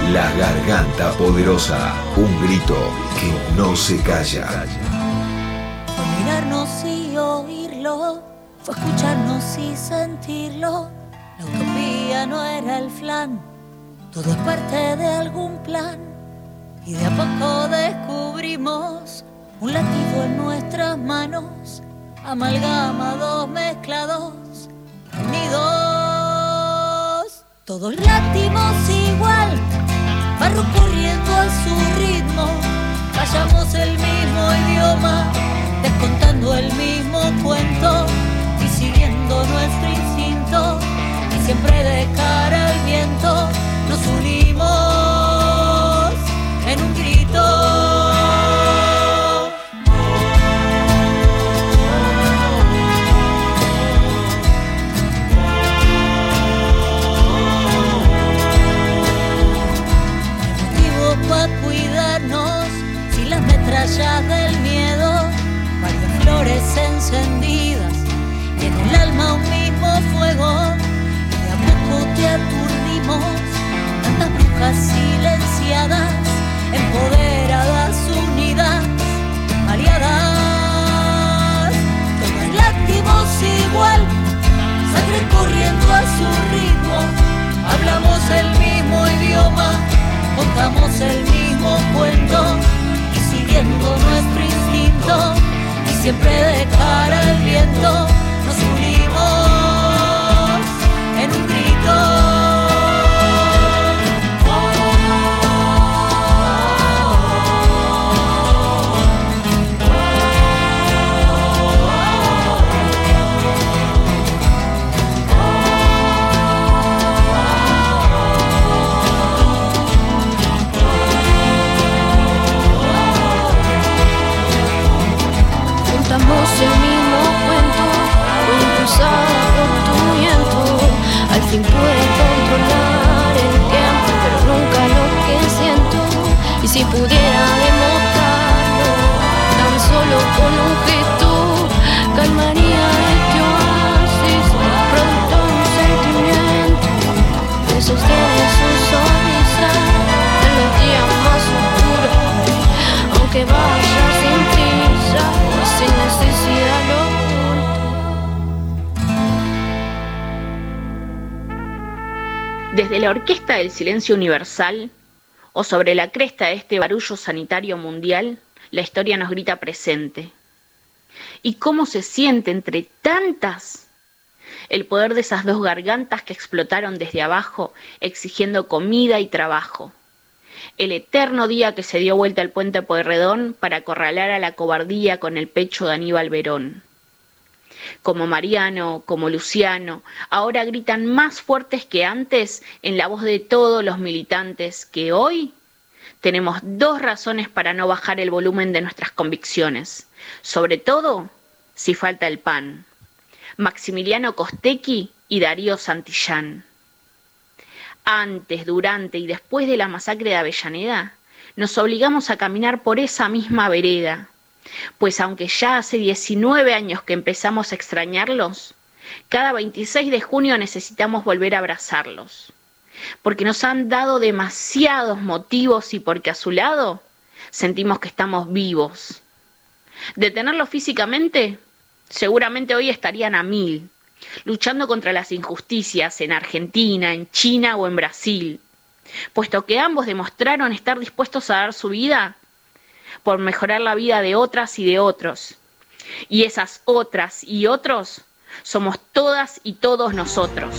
La garganta poderosa, un grito que no se calla. Fue mirarnos y oírlo, fue escucharnos y sentirlo. La utopía no era el flan, todo es parte de algún plan. Y de a poco descubrimos un latido en nuestras manos, amalgamados, mezclados, unidos. Todos latimos igual, va recurriendo a su ritmo. Callamos el mismo idioma, descontando el mismo cuento y siguiendo nuestro instinto. Y siempre de cara al viento nos unimos en un grito. Para cuidarnos sin las metrallas del miedo, varias flores encendidas y en el alma un mismo fuego. Y de a poco te aturdimos, tantas brujas silenciadas, empoderadas, unidas, aliadas. Todas latimos igual, sangre corriendo a su ritmo, hablamos el mismo idioma, contamos el mismo cuento y siguiendo nuestro instinto y siempre de cara al viento nos unimos en un grito. Contamos el mismo cuento, impulsada por tu viento. Al fin pude controlar el tiempo, pero nunca lo que siento. Y si pudiera demostrarlo, tan solo con un gesto, calmaría este oasis, pronto un sentimiento. Me sostiene su sonrisa en los días más oscuros, aunque vaya sin prisa, sin necesidad lo oculto. Desde la Orquesta del Silencio Universal o sobre la cresta de este barullo sanitario mundial, la historia nos grita presente. ¿Y cómo se siente entre tantas el poder de esas dos gargantas que explotaron desde abajo, exigiendo comida y trabajo? El eterno día que se dio vuelta al puente Pueyrredón para acorralar a la cobardía con el pecho de Aníbal Berón. Como Mariano, como Luciano, ahora gritan más fuertes que antes en la voz de todos los militantes que hoy tenemos dos razones para no bajar el volumen de nuestras convicciones, sobre todo si falta el pan. Maximiliano Costecchi y Darío Santillán. Antes, durante y después de la masacre de Avellaneda, nos obligamos a caminar por esa misma vereda, pues aunque ya hace 19 años que empezamos a extrañarlos, cada 26 de junio necesitamos volver a abrazarlos, porque nos han dado demasiados motivos y porque a su lado sentimos que estamos vivos. De tenerlos físicamente, seguramente hoy estarían a 1000, luchando contra las injusticias en Argentina, en China o en Brasil, puesto que ambos demostraron estar dispuestos a dar su vida por mejorar la vida de otras y de otros. Y esas otras y otros somos todas y todos nosotros.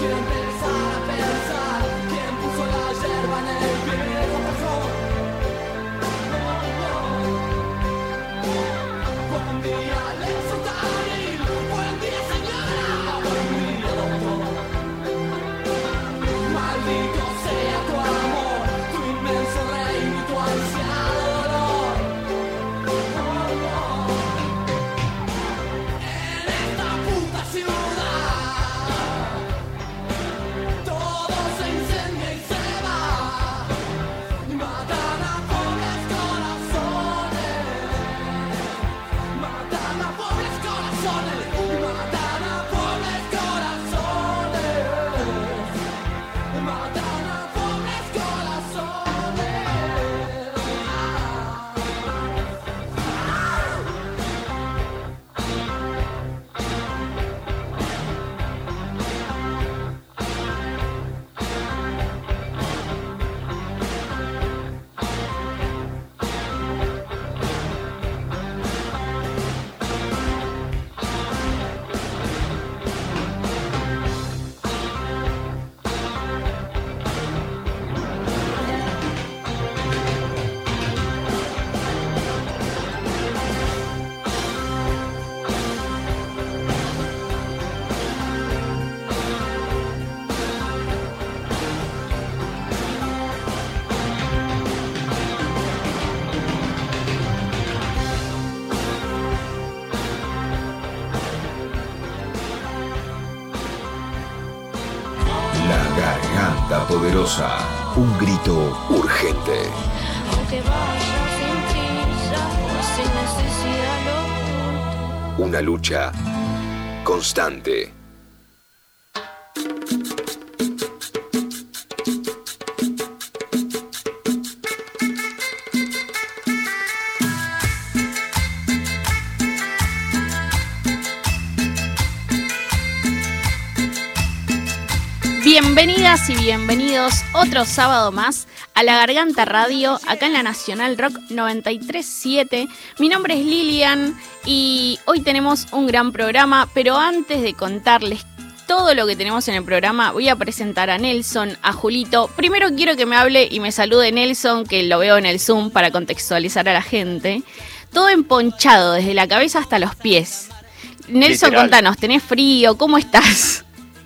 Poderosa, un grito urgente. Aunque vaya sin prisa, sin necesidad lo oculto. Una lucha constante. Bienvenidas y bienvenidos otro sábado más a La Garganta Radio, acá en la Nacional Rock 93.7. Mi nombre es Lilian y hoy tenemos un gran programa, pero antes de contarles todo lo que tenemos en el programa, voy a presentar a Nelson, a Julito. Primero quiero que me hable y me salude Nelson, que lo veo en el Zoom para contextualizar a la gente. Todo emponchado, desde la cabeza hasta los pies. Nelson, literal. Contanos, ¿tenés frío? ¿Cómo estás?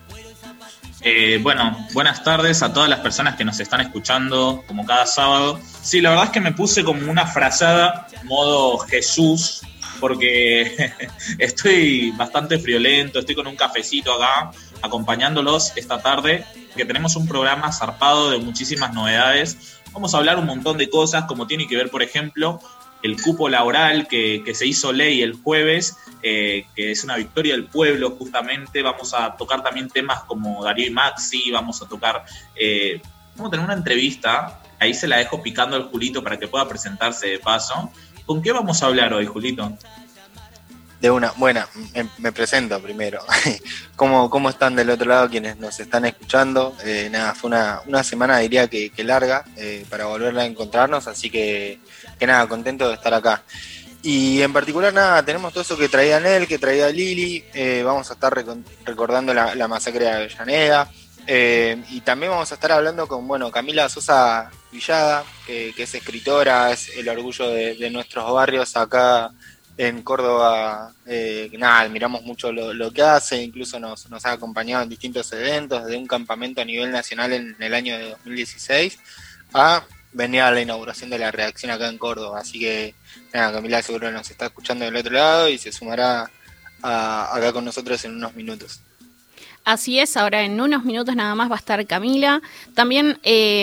Bueno, buenas tardes a todas las personas que nos están escuchando, como cada sábado. Sí, la verdad es que me puse como una frazada, modo Jesús, porque estoy bastante friolento, estoy con un cafecito acá, acompañándolos esta tarde, que tenemos un programa zarpado de muchísimas novedades. Vamos a hablar un montón de cosas, como tiene que ver, por ejemplo, el cupo laboral que se hizo ley el jueves, que es una victoria del pueblo justamente. Vamos a tocar también temas como Darío y Maxi, vamos a tocar, vamos a tener una entrevista, ahí se la dejo picando al Julito para que pueda presentarse de paso. ¿Con qué vamos a hablar hoy, Julito? De una, bueno, me presento primero. ¿Cómo están del otro lado quienes nos están escuchando? Nada, fue una semana, diría que larga, para volver a encontrarnos, así que nada, contento de estar acá. Y en particular, nada, tenemos todo eso que traía Nel, que traía Lili, vamos a estar recordando la masacre de Avellaneda, y también vamos a estar hablando con, Camila Sosa Villada, que es escritora, es el orgullo de nuestros barrios acá en Córdoba. Nada, admiramos mucho lo que hace, incluso nos ha acompañado en distintos eventos, desde un campamento a nivel nacional en el año de 2016 a venir a la inauguración de la redacción acá en Córdoba. Así que nada, Camila seguro nos está escuchando del otro lado y se sumará acá con nosotros en unos minutos. Así es, ahora en unos minutos nada más va a estar Camila. También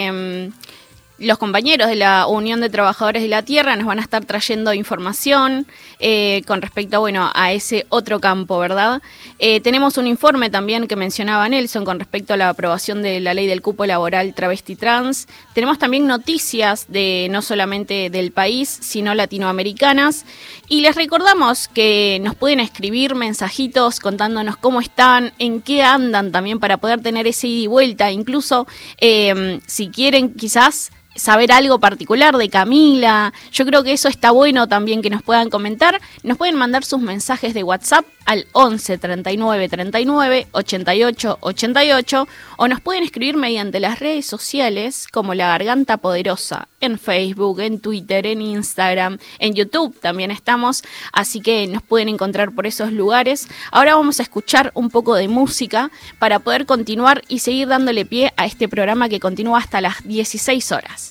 los compañeros de la Unión de Trabajadores de la Tierra nos van a estar trayendo información con respecto a ese otro campo, ¿verdad? Tenemos un informe también que mencionaba Nelson con respecto a la aprobación de la ley del cupo laboral travesti trans. Tenemos también noticias de no solamente del país, sino latinoamericanas. Y les recordamos que nos pueden escribir mensajitos contándonos cómo están, en qué andan también para poder tener ese ida y vuelta. Incluso si quieren quizás saber algo particular de Camila. Yo creo que eso está bueno también que nos puedan comentar. Nos pueden mandar sus mensajes de WhatsApp al 11 39 39 88 88 o nos pueden escribir mediante las redes sociales como La Garganta Poderosa, en Facebook, en Twitter, en Instagram, en YouTube también estamos, así que nos pueden encontrar por esos lugares. Ahora vamos a escuchar un poco de música para poder continuar y seguir dándole pie a este programa que continúa hasta las 16 horas.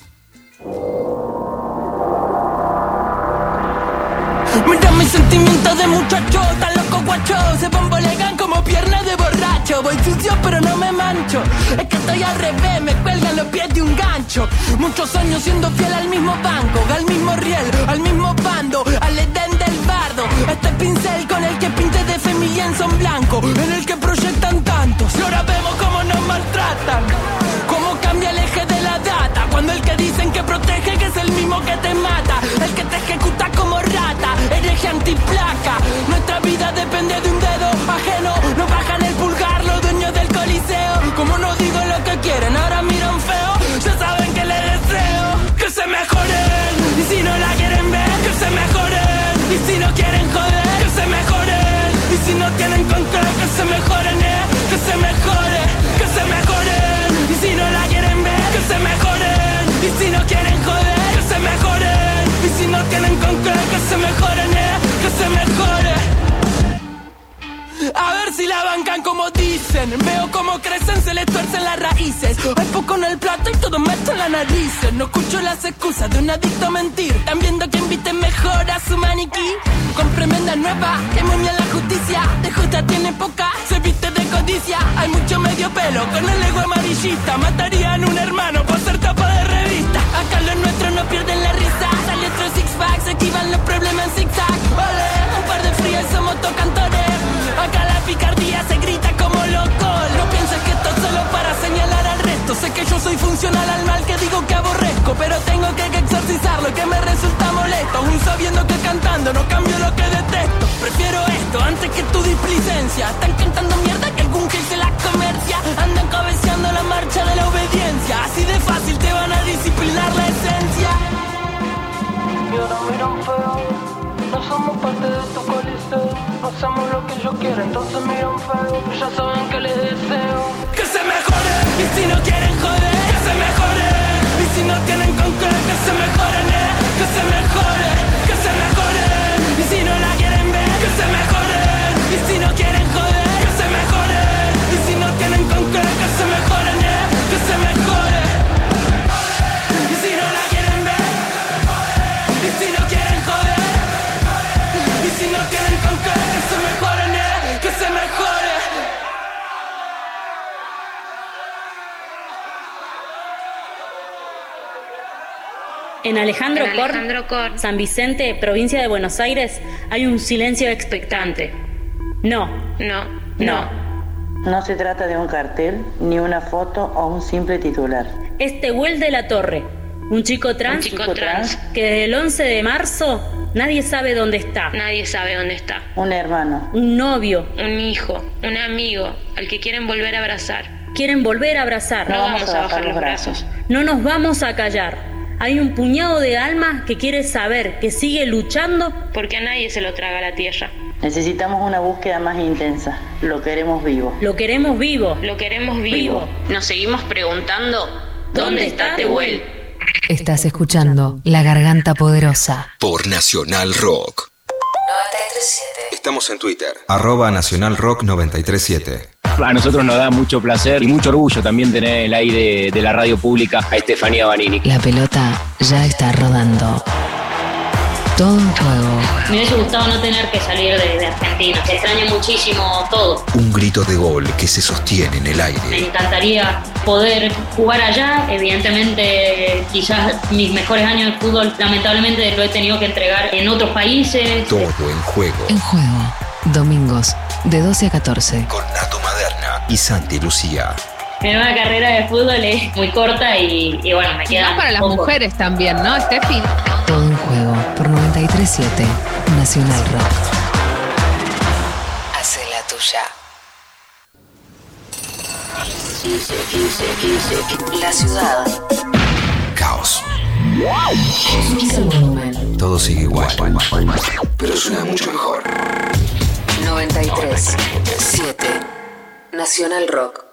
Mira mis sentimientos de muchacho, tan loco guacho, se bambolean como piernas de borracho. Voy sucio pero no me mancho, es que estoy al revés, me cuelgan los pies de un gancho. Muchos años siendo fiel al mismo banco, al mismo riel, al mismo bando, al Edén del bardo. Este pincel con el que pinté de fe mi lienzo en blanco, en el que proyectan tantos. Y ahora vemos cómo nos maltratan, cómo cambia el eje de la data, cuando el que dicen que protege que es el mismo que te mata, el que te ejecuta como rata, hereje antiplaca. Nuestra vida depende de un dedo ajeno, nos bajan el pulgar los dueños del coliseo. Como no digo lo que quieren, ahora miran feo, ya saben que les deseo que se mejoren, y si no la quieren ver, que se mejoren, y si no quieren joder, que se mejoren, y si no tienen control, que se mejoren, que se mejoren, que se mejoren, y si no la quieren ver, que se mejoren, y si no quieren joder, que se mejoren, y si no tienen control, que se mejoren, que se mejoren. A ver si la bancan como dicen, veo cómo crecen, se les tuercen las raíces. Hay poco en el plato y todo meto en la nariz. No escucho las excusas de un adicto a mentir. Están viendo que inviten mejor a su maniquí. Con tremenda nueva, que momia la justicia. De justa tiene poca, se viste de codicia. Hay mucho medio pelo, con el ego amarillista. Matarían un hermano por ser tapa de revista. Acá los nuestros no pierden la risa. Sale otro six pack, se esquivan los problemas en zigzag. Ole, un par de frías somos tocantores. Acá la picardía se grita como loco. No pienses que esto es solo para señalar al resto. Sé que yo soy funcional al mal que digo que aborrezco, pero tengo que exorcizar lo que me resulta molesto. Aún sabiendo que cantando no cambio lo que detesto. Prefiero esto antes que tu displicencia. Están cantando mierda que algún gil se la comercia. Andan cabeceando la marcha de la obediencia. Así de fácil te van a disciplinar la esencia. Y ahora miran feo. No somos parte de tu coliseo, no hacemos lo que yo quiero, entonces miran feo, ya saben que les deseo que se mejoren, y si no quieren joder, que se mejoren, y si no tienen control, que se mejoren, que se mejoren, que se mejoren, y si no la quieren ver, que se mejoren, y si no quieren joder, que se mejoren, y si no tienen control, que se mejoren, que se mejoren, y si no la quieren ver, y si no quieren joder. Si no quieren contar, que se mejoren, que se mejore. En Alejandro Korn, San Vicente, provincia de Buenos Aires, hay un silencio expectante. No. No se trata de un cartel, ni una foto o un simple titular. Es Tehuel de la Torre, un chico trans que desde el 11 de marzo nadie sabe dónde está. Un hermano. Un novio. Un hijo. Un amigo. Al que quieren volver a abrazar. No vamos a bajar los brazos. No nos vamos a callar. Hay un puñado de almas que quiere saber, que sigue luchando. Porque a nadie se lo traga la tierra. Necesitamos una búsqueda más intensa. Lo queremos vivo. Nos seguimos preguntando, ¿dónde está Tehuel? Estás escuchando La Garganta Poderosa por Nacional Rock 937. Estamos en Twitter @NacionalRock 937. A nosotros nos da mucho placer y mucho orgullo también tener en el aire de la radio pública a Estefanía Banini. La pelota ya está rodando. Todo en juego. Me hubiese gustado no tener que salir de Argentina. Se extraña muchísimo todo. Un grito de gol que se sostiene en el Me aire. encantaría poder jugar allá. Evidentemente, quizás mis mejores años de fútbol, lamentablemente, lo he tenido que entregar en otros países. Todo en juego. En juego. Domingos, de 12 a 14. Con Nato Maderna y Santi Lucía. Mi nueva carrera de fútbol es muy corta y bueno, me queda. No para las mujeres también, ¿no, Steffi? Todo en juego por 937 Nacional Rock. Hace la tuya. La ciudad. caos. Subís el volumen. Todo sigue igual, pero suena mucho mejor. 93.7 Nacional Rock.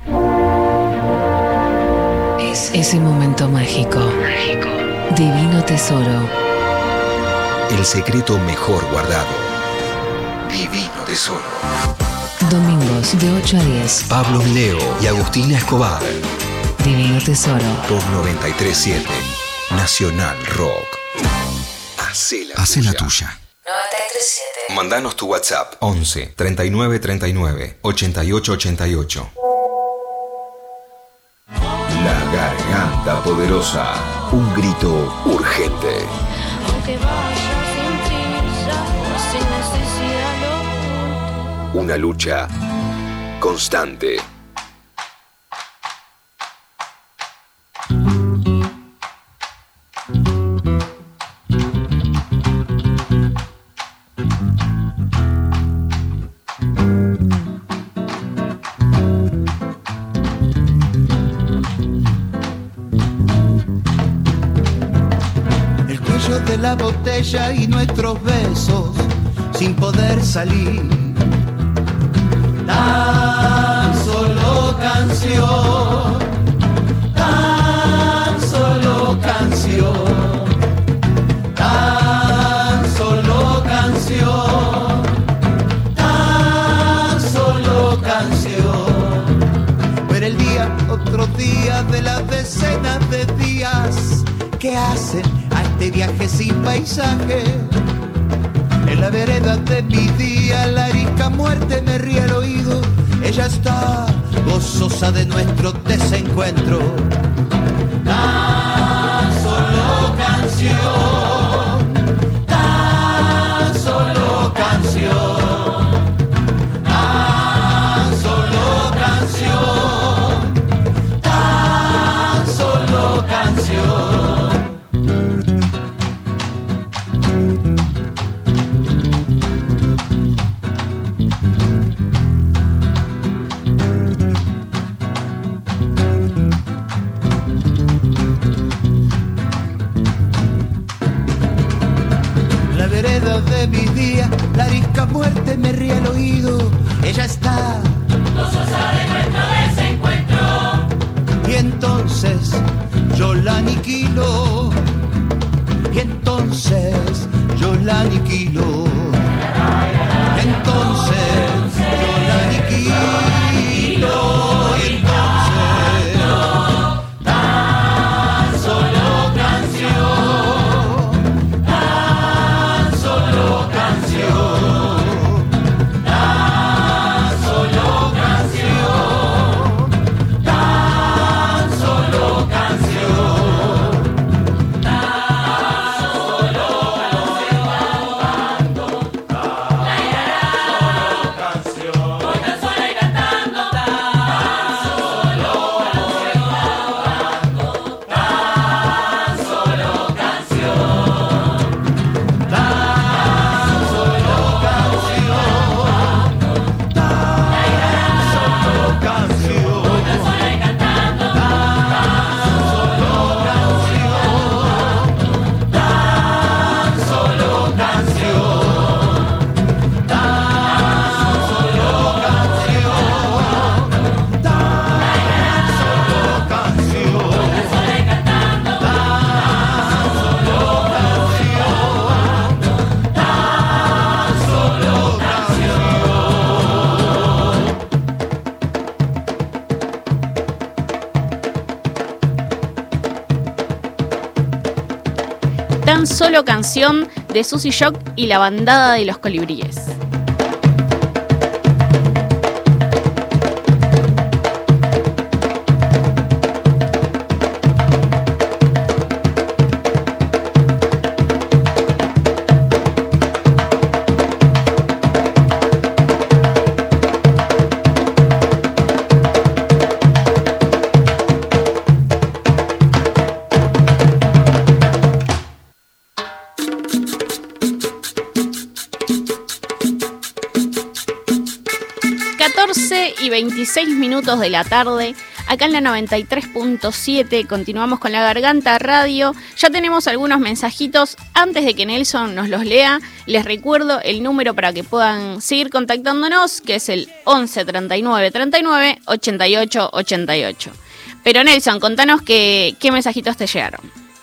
Es ese momento mágico. Divino tesoro. El secreto mejor guardado. Divino tesoro. Domingos de 8 a 10. Pablo Leo y Agustina Escobar. Divino tesoro. Por 93.7 Nacional Rock. Hacé la tuya. 93.7. Mandanos tu WhatsApp 11 39 39 88 88. La garganta poderosa. Un grito urgente. Aunque vaya sin prisa, sin necesidad lo... Una lucha constante. El cuello de la botella y nuestros besos sin poder salir. Tan solo canción, tan solo canción, tan solo canción, tan solo canción. Ver el día, otro día de las decenas de días que hacen a este viaje sin paisaje. En la vereda de mi día, la arisca muerte me ríe al oído. Ella está gozosa de nuestro desencuentro. Tan solo canción, tan solo canción, tan solo canción, tan solo canción. De mi día, la arisca muerte me ríe al oído. Ella está gozosa de nuestro desencuentro. Y entonces yo la aniquilo. Y entonces yo la aniquilo. Y entonces yo la aniquilo. Y entonces tan solo canción, tan solo canción, tan solo canción, tan solo canción, tan solo Tan solo canción de Susie Shock y la bandada de los colibríes. Y 26 minutos de la tarde, acá en la 93.7. Continuamos con La Garganta Radio. Ya tenemos algunos mensajitos. Antes de que Nelson nos los lea, les recuerdo el número para que puedan seguir contactándonos, que es el 11 39 39 88 88. Pero Nelson, contanos qué mensajitos te llegaron.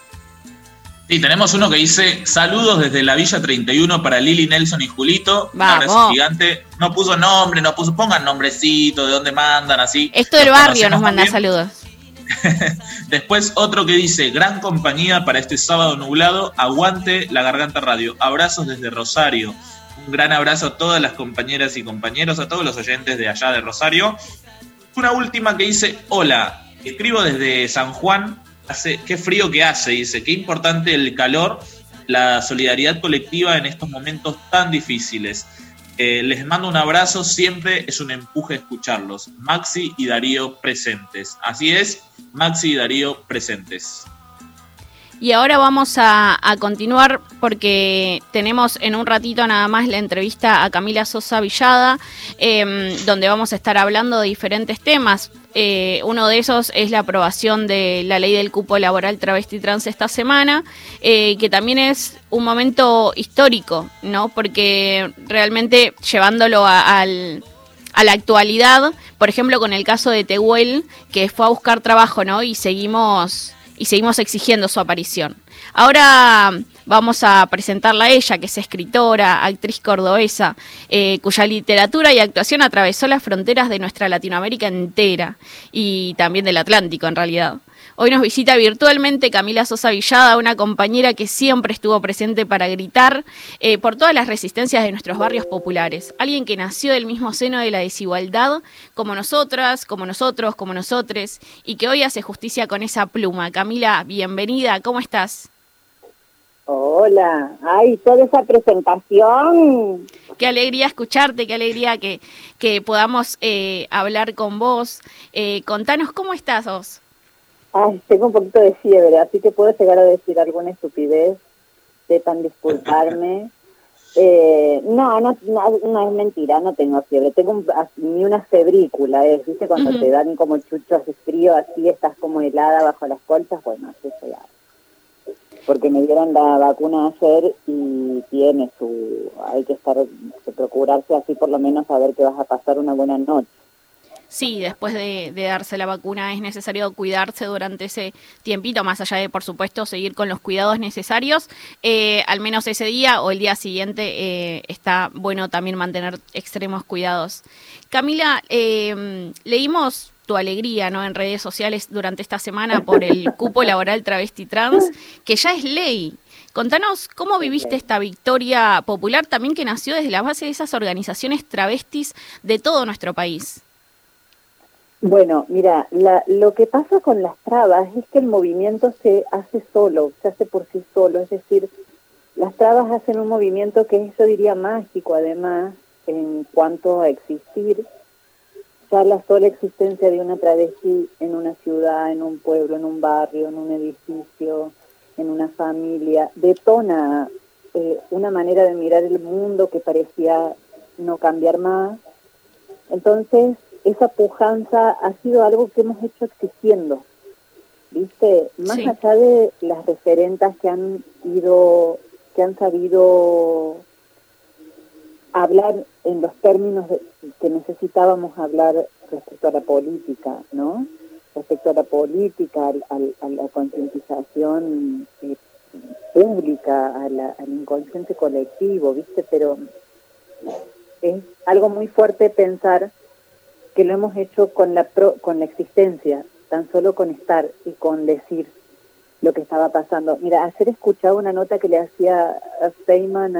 Sí, tenemos uno que dice: saludos desde la Villa 31 para Lili, Nelson y Julito. Un abrazo gigante. No puso nombre, pongan nombrecito, de dónde mandan, así. Esto del barrio nos manda saludos. Después otro que dice: gran compañía para este sábado nublado, aguante La Garganta Radio. Abrazos desde Rosario. Un gran abrazo a todas las compañeras y compañeros, a todos los oyentes de allá de Rosario. Una última que dice: hola, escribo desde San Juan. Qué frío que hace, dice, qué importante el calor, la solidaridad colectiva en estos momentos tan difíciles. Les mando un abrazo, siempre es un empuje escucharlos. Maxi y Darío presentes. Así es, Maxi y Darío presentes. Y ahora vamos a continuar porque tenemos en un ratito nada más la entrevista a Camila Sosa Villada, donde vamos a estar hablando de diferentes temas. Uno de esos es la aprobación de la ley del cupo laboral travesti trans esta semana, que también es un momento histórico, ¿no? Porque realmente llevándolo a la actualidad, por ejemplo, con el caso de Tehuel, que fue a buscar trabajo, ¿no? Y seguimos exigiendo su aparición. Ahora vamos a presentarla a ella, que es escritora, actriz cordobesa, cuya literatura y actuación atravesó las fronteras de nuestra Latinoamérica entera y también del Atlántico, en realidad. Hoy nos visita virtualmente Camila Sosa Villada, una compañera que siempre estuvo presente para gritar por todas las resistencias de nuestros barrios populares. Alguien que nació del mismo seno de la desigualdad, como nosotras, como nosotros, como nosotres, y que hoy hace justicia con esa pluma. Camila, bienvenida, ¿cómo estás? Hola, ay, toda esa presentación. Qué alegría escucharte, qué alegría que podamos hablar con vos. Contanos, ¿cómo estás vos? Ay, tengo un poquito de fiebre, así que puedo llegar a decir alguna estupidez, sepan disculparme. No es mentira, no tengo fiebre, tengo ni una febrícula, ¿viste? Cuando te dan como chuchos de frío, así estás como helada bajo las colchas, bueno, así soy ahora. Porque me dieron la vacuna ayer y hay que procurarse así por lo menos saber que vas a pasar una buena noche. Sí, después de darse la vacuna es necesario cuidarse durante ese tiempito, más allá de, por supuesto, seguir con los cuidados necesarios. Al menos ese día o el día siguiente está bueno también mantener extremos cuidados. Camila, leímos tu alegría, ¿no?, en redes sociales durante esta semana por el cupo laboral travesti trans, que ya es ley. Contanos cómo viviste esta victoria popular también que nació desde la base de esas organizaciones travestis de todo nuestro país. Bueno, mira, lo que pasa con las trabas es que el movimiento se hace por sí solo, es decir, las trabas hacen un movimiento que es, yo diría, mágico además, en cuanto a existir. Ya la sola existencia de una travesti en una ciudad, en un pueblo, en un barrio, en un edificio, en una familia, detona una manera de mirar el mundo que parecía no cambiar más. Entonces, esa pujanza ha sido algo que hemos hecho existiendo, ¿viste? Más allá de las referentas que han sabido hablar en los términos que necesitábamos hablar respecto a la política, ¿no? Respecto a la política, a la concientización pública, al inconsciente colectivo, ¿viste? Pero es algo muy fuerte pensar que lo hemos hecho con la existencia, tan solo con estar y con decir lo que estaba pasando. Mira, ayer escuchaba una nota que le hacía a Feynman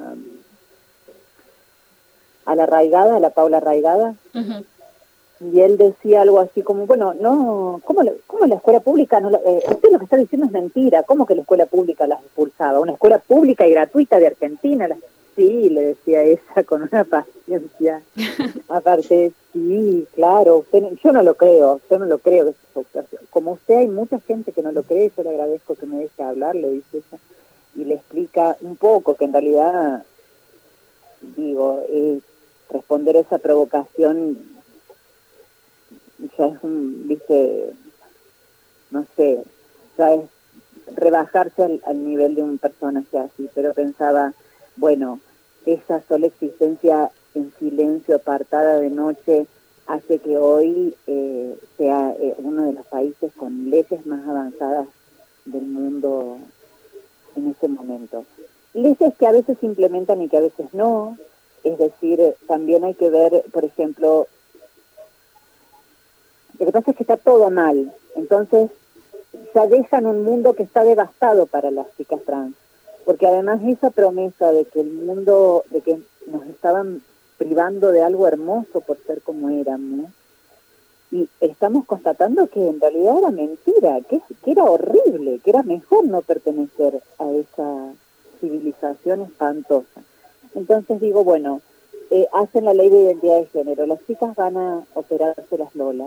a la Raigada, a la Paula Raigada, y él decía algo así como, bueno, no, ¿cómo la escuela pública? Usted lo que está diciendo es mentira, ¿cómo que la escuela pública las expulsaba? Una escuela pública y gratuita de Argentina, sí, le decía ella con una paciencia. Aparte, sí, claro, yo no lo creo. Como usted hay mucha gente que no lo cree, yo le agradezco que me deje hablar, le dice ella, y le explica un poco que en realidad, digo, responder a esa provocación ya es viste, no sé, ya es rebajarse al nivel de un personaje así, pero pensaba, bueno, esa sola existencia en silencio, apartada de noche, hace que hoy sea uno de los países con leyes más avanzadas del mundo en este momento. Leyes que a veces se implementan y que a veces no, es decir, también hay que ver, por ejemplo, lo que pasa es que está todo mal, entonces ya dejan un mundo que está devastado para las chicas trans, porque además esa promesa de que el mundo, de que nos estaban privando de algo hermoso por ser como éramos, y estamos constatando que en realidad era mentira, que era horrible, que era mejor no pertenecer a esa civilización espantosa. Entonces digo, bueno, hacen la ley de identidad de género, las chicas van a operarse las lolas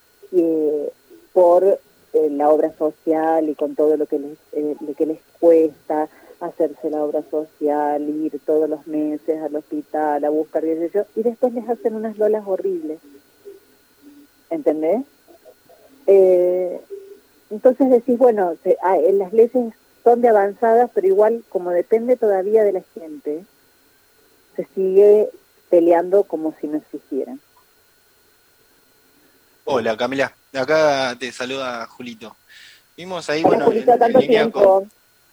por la obra social y con todo lo que les cuesta hacerse la obra social, ir todos los meses al hospital a buscar y después les hacen unas lolas horribles. ¿Entendés? Entonces decís, bueno, las leyes son de avanzadas, pero igual, como depende todavía de la gente, se sigue peleando como si no existieran. Hola Camila, acá te saluda Julito. Vimos ahí, Hola, bueno, Julito, tanto tiempo.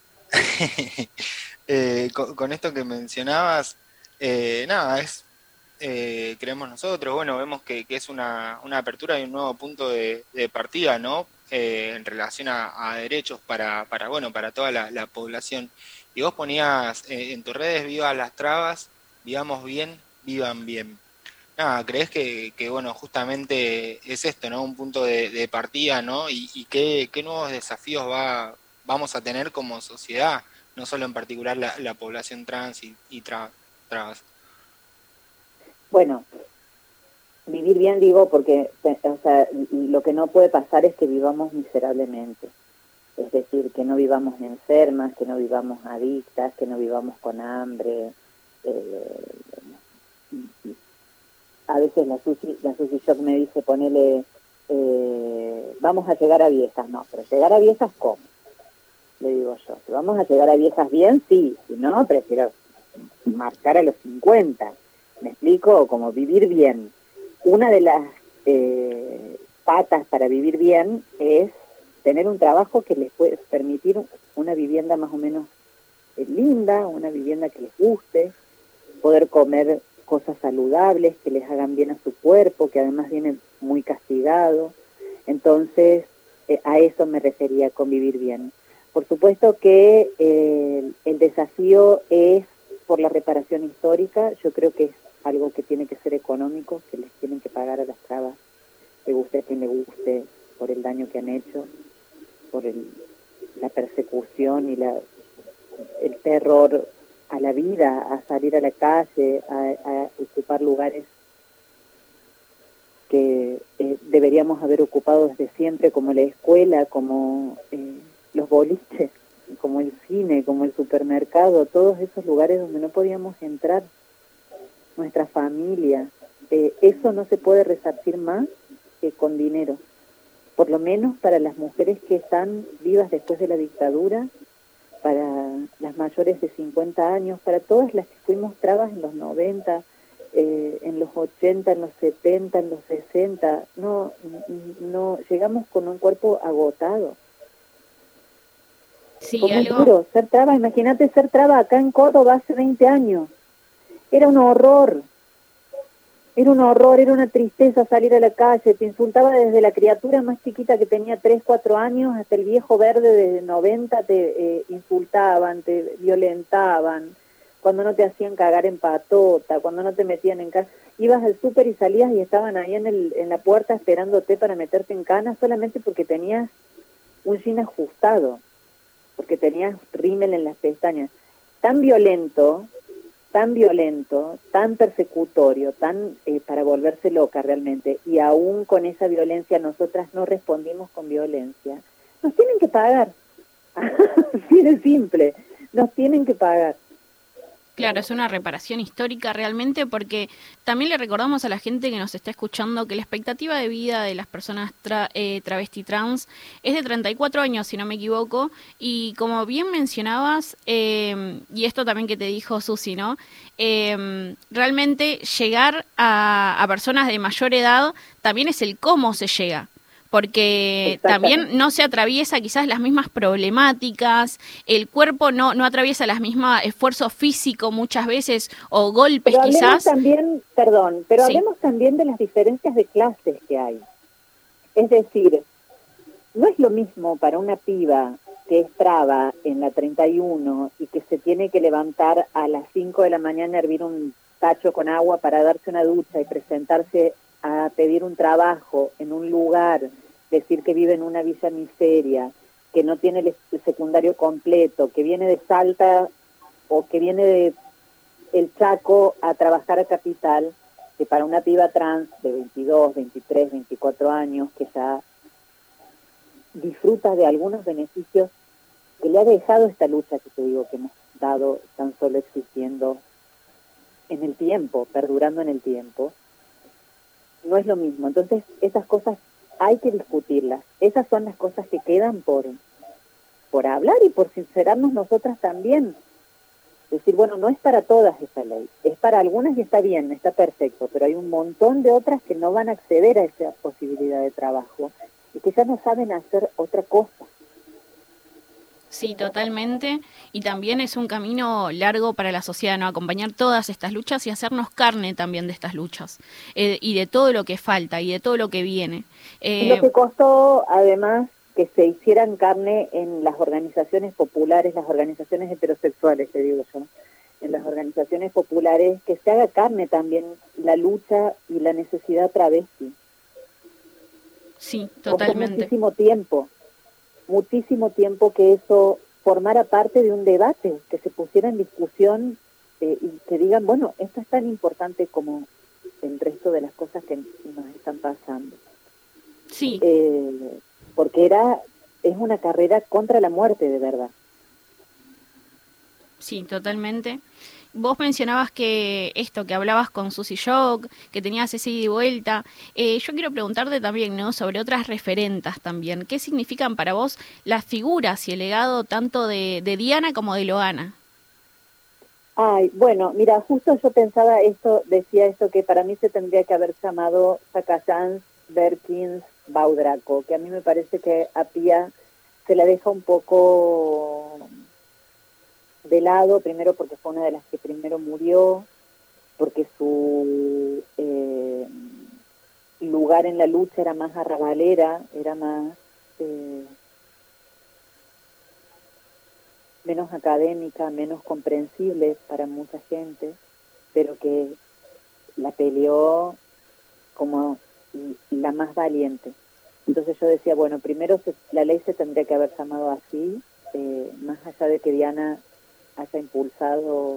Con esto que mencionabas, nada, creemos nosotros, bueno, vemos que es una apertura y un nuevo punto de partida, ¿no? En relación a derechos para toda la población. Y vos ponías en tus redes, viva las trabas, vivamos bien, vivan bien. Nada, ¿crees que bueno, justamente es esto, ¿no? Un punto de partida, ¿no? Y qué nuevos desafíos vamos a tener como sociedad, no solo en particular la población trans y trabas. Bueno, vivir bien digo porque, o sea, lo que no puede pasar es que vivamos miserablemente. Es decir, que no vivamos enfermas, que no vivamos adictas, que no vivamos con hambre. A veces la Susi Shock me dice, ponele, vamos a llegar a viejas. No, pero llegar a viejas, ¿cómo? Le digo yo, si vamos a llegar a viejas bien, sí. Si no, prefiero marcar a los 50. ¿Me explico? Como vivir bien. Una de las patas para vivir bien es tener un trabajo que les puede permitir una vivienda más o menos linda, una vivienda que les guste, poder comer cosas saludables que les hagan bien a su cuerpo, que además viene muy castigado. Entonces, a eso me refería con vivir bien. Por supuesto que el desafío es por la reparación histórica. Yo creo que es algo que tiene que ser económico, que les tienen que pagar a las trabas, le guste a quien le guste, por el daño que han hecho, por la persecución y el terror a la vida, a salir a la calle, a ocupar lugares que deberíamos haber ocupado desde siempre, como la escuela, como los boliches, como el cine, como el supermercado, todos esos lugares donde no podíamos entrar, nuestra familia. Eso no se puede resarcir más que con dinero, por lo menos para las mujeres que están vivas después de la dictadura, para las mayores de 50 años, para todas las que fuimos trabas en los 90, en los 80, en los 70, en los 60, no llegamos con un cuerpo agotado. Sí, Fue muy duro ser traba. Imagínate ser traba acá en Córdoba hace 20 años. Era un horror, era una tristeza salir a la calle. Te insultaba desde la criatura más chiquita que tenía 3, 4 años hasta el viejo verde de 90, te insultaban, te violentaban, cuando no te hacían cagar en patota, cuando no te metían en casa. Ibas al súper y salías y estaban ahí en la puerta esperándote para meterte en cana solamente porque tenías un jean ajustado, porque tenías rímel en las pestañas. Tan violento, tan persecutorio, tan para volverse loca realmente, y aún con esa violencia nosotras no respondimos con violencia. Nos tienen que pagar, así de simple, nos tienen que pagar. Claro, es una reparación histórica realmente, porque también le recordamos a la gente que nos está escuchando que la expectativa de vida de las personas travesti trans es de 34 años, si no me equivoco, y como bien mencionabas, y esto también que te dijo Susi, ¿no? Realmente llegar a personas de mayor edad también es el cómo se llega. Porque también no se atraviesa quizás las mismas problemáticas, el cuerpo no atraviesa las mismas esfuerzo físico muchas veces o golpes pero quizás. También, perdón, pero hablemos también de las diferencias de clases que hay. Es decir, no es lo mismo para una piba que es traba en la 31 y que se tiene que levantar a las 5 de la mañana a hervir un tacho con agua para darse una ducha y presentarse a pedir un trabajo en un lugar, decir que vive en una villa miseria, que no tiene el secundario completo, que viene de Salta o que viene de el Chaco a trabajar a Capital, que para una piba trans de 22, 23, 24 años, que ya disfruta de algunos beneficios que le ha dejado esta lucha que te digo que hemos dado tan solo existiendo en el tiempo, perdurando en el tiempo, no es lo mismo. Entonces, esas cosas hay que discutirlas. Esas son las cosas que quedan por hablar y por sincerarnos nosotras también. Decir, bueno, no es para todas esa ley, es para algunas y está bien, está perfecto, pero hay un montón de otras que no van a acceder a esa posibilidad de trabajo y que ya no saben hacer otra cosa. Sí, totalmente. Y también es un camino largo para la sociedad, ¿no? Acompañar todas estas luchas y hacernos carne también de estas luchas. Y de todo lo que falta y de todo lo que viene. Lo que costó, además, que se hicieran carne en las organizaciones populares, las organizaciones heterosexuales, te digo yo, en las organizaciones populares, que se haga carne también la lucha y la necesidad travesti. Sí, totalmente. Costó muchísimo tiempo que eso formara parte de un debate, que se pusiera en discusión y que digan, bueno, esto es tan importante como el resto de las cosas que nos están pasando. Sí. Porque es una carrera contra la muerte, de verdad. Sí, totalmente. Vos mencionabas que esto, que hablabas con Susi Shock, que tenías ese ida y vuelta. Yo quiero preguntarte también, ¿no?, sobre otras referentas también. ¿Qué significan para vos las figuras y el legado tanto de Diana como de Loana? Ay, bueno, mira, justo yo pensaba decía esto que para mí se tendría que haber llamado Zacayans, Berkins, Baudraco, que a mí me parece que a Pía se la deja un poco de lado, primero porque fue una de las que primero murió, porque su lugar en la lucha era más arrabalera, era más menos académica, menos comprensible para mucha gente, pero que la peleó como la más valiente. Entonces yo decía, bueno, primero la ley se tendría que haber llamado así, más allá de que Diana haya impulsado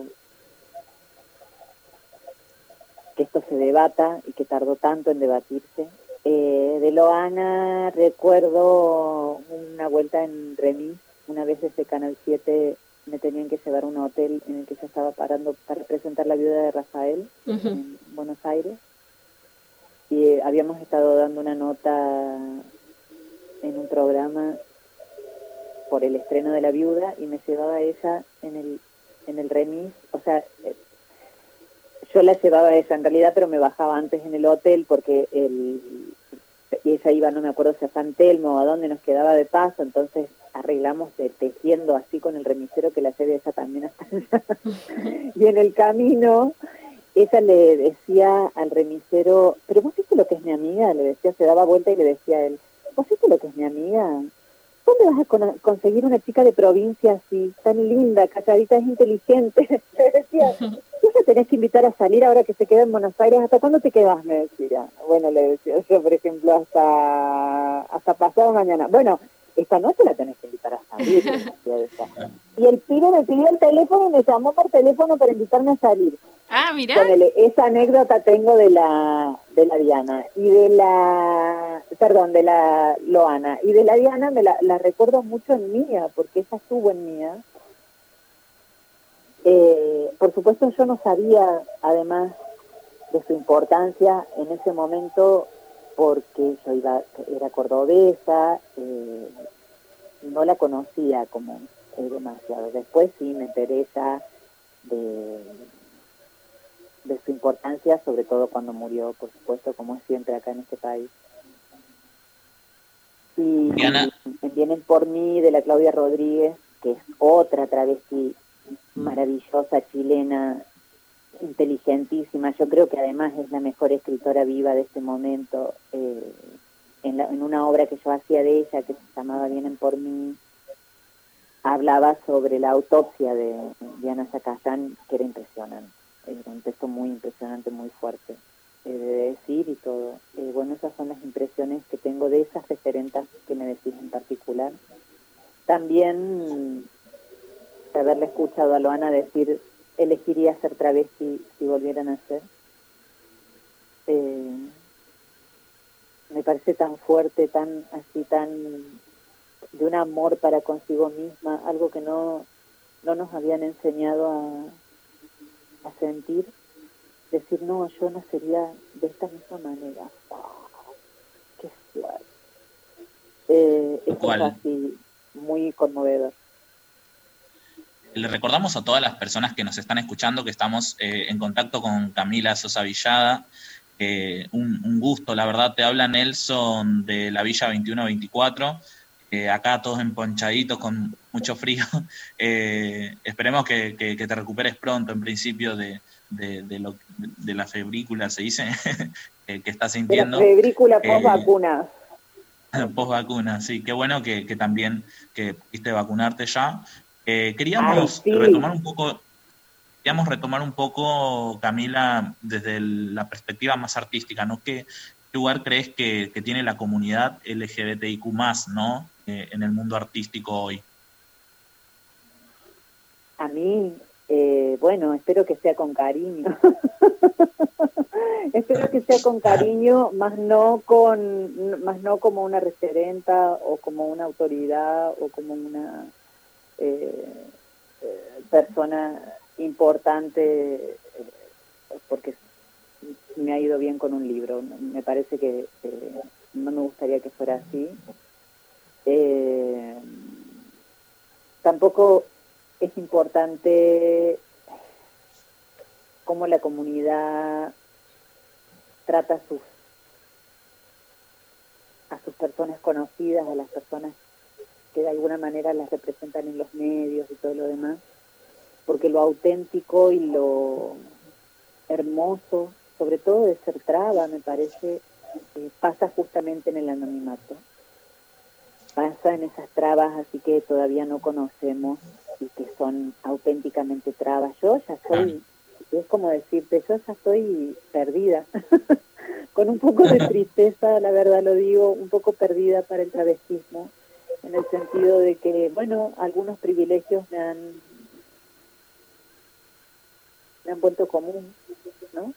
que esto se debata y que tardó tanto en debatirse. De Loana recuerdo una vuelta en Remis, una vez desde Canal 7 me tenían que llevar a un hotel en el que yo estaba parando para presentar La viuda de Rafael, en Buenos Aires, y habíamos estado dando una nota en un programa por el estreno de La viuda y me llevaba ella en el remis, o sea, yo la llevaba a ella en realidad, pero me bajaba antes en el hotel porque y ella iba, no me acuerdo si a San Telmo o a dónde nos quedaba de paso, entonces arreglamos tejiendo así con el remisero que la lleve ella también hasta allá. Y en el camino ella le decía al remisero, pero vos viste lo que es mi amiga, le decía, se daba vuelta y le decía a él, vos viste lo que es mi amiga, ¿dónde vas a conseguir una chica de provincia así, tan linda, calladita, es inteligente? Le decía, tú la tenés que invitar a salir ahora que se queda en Buenos Aires, ¿hasta cuándo te quedás? Me decía. Bueno, le decía yo, por ejemplo, hasta pasado mañana. Bueno, esta noche la tenés que invitar a salir, le decía ella. Y el pibe me pidió el teléfono y me llamó por teléfono para invitarme a salir. Ah, mirá. Ponele, esa anécdota tengo de la Diana y de la Loana, y de la Diana la recuerdo mucho en Mía, porque ella estuvo en Mía. Por supuesto yo no sabía, además de su importancia en ese momento, porque yo era cordobesa, no la conocía como demasiado. Después sí me enteré ya de su importancia, sobre todo cuando murió, por supuesto, como es siempre acá en este país. Y Diana. Vienen por mí, de la Claudia Rodríguez, que es otra travesti maravillosa, chilena, inteligentísima. Yo creo que además es la mejor escritora viva de este momento. En una obra que yo hacía de ella, que se llamaba Vienen por mí, hablaba sobre la autopsia de Diana Zacayán, que era impresionante. Era un texto muy impresionante, muy fuerte de decir y todo. Bueno, esas son las impresiones que tengo de esas referentas que me decís en particular. También haberle escuchado a Loana decir, elegiría ser travesti si volvieran a ser. Me parece tan fuerte, tan de un amor para consigo misma, algo que no nos habían enseñado a sentir. Decir, no, yo no sería de esta misma manera. ¡Oh, qué fuerte! Esto es así, muy conmovedor. Le recordamos a todas las personas que nos están escuchando que estamos en contacto con Camila Sosa Villada. Un gusto, la verdad. Te habla Nelson de la Villa 2124. Acá todos emponchaditos con mucho frío. Esperemos que te recuperes pronto, en principio, de la febrícula, se dice, que estás sintiendo. De la febrícula post-vacuna. Post-vacuna, sí. Qué bueno que también que pudiste vacunarte ya. Queríamos retomar un poco, Camila, desde la perspectiva más artística, ¿no? ¿Qué lugar crees que tiene la comunidad LGBTIQ+, ¿no? En el mundo artístico hoy? A mí, bueno, espero que sea con cariño. Espero que sea con cariño, más no como una referenta o como una autoridad o como una persona importante, porque me ha ido bien con un libro. Me parece que no me gustaría que fuera así. Tampoco es importante cómo la comunidad trata a sus personas conocidas, a las personas que de alguna manera las representan en los medios y todo lo demás, porque lo auténtico y lo hermoso, sobre todo de ser traba, me parece, pasa justamente en el anonimato. Pasa en esas trabas así que todavía no conocemos y que son auténticamente trabas. Yo ya soy, es como decirte, yo ya estoy perdida, con un poco de tristeza, la verdad lo digo, un poco perdida para el travestismo, en el sentido de que, bueno, algunos privilegios me han vuelto común, ¿no?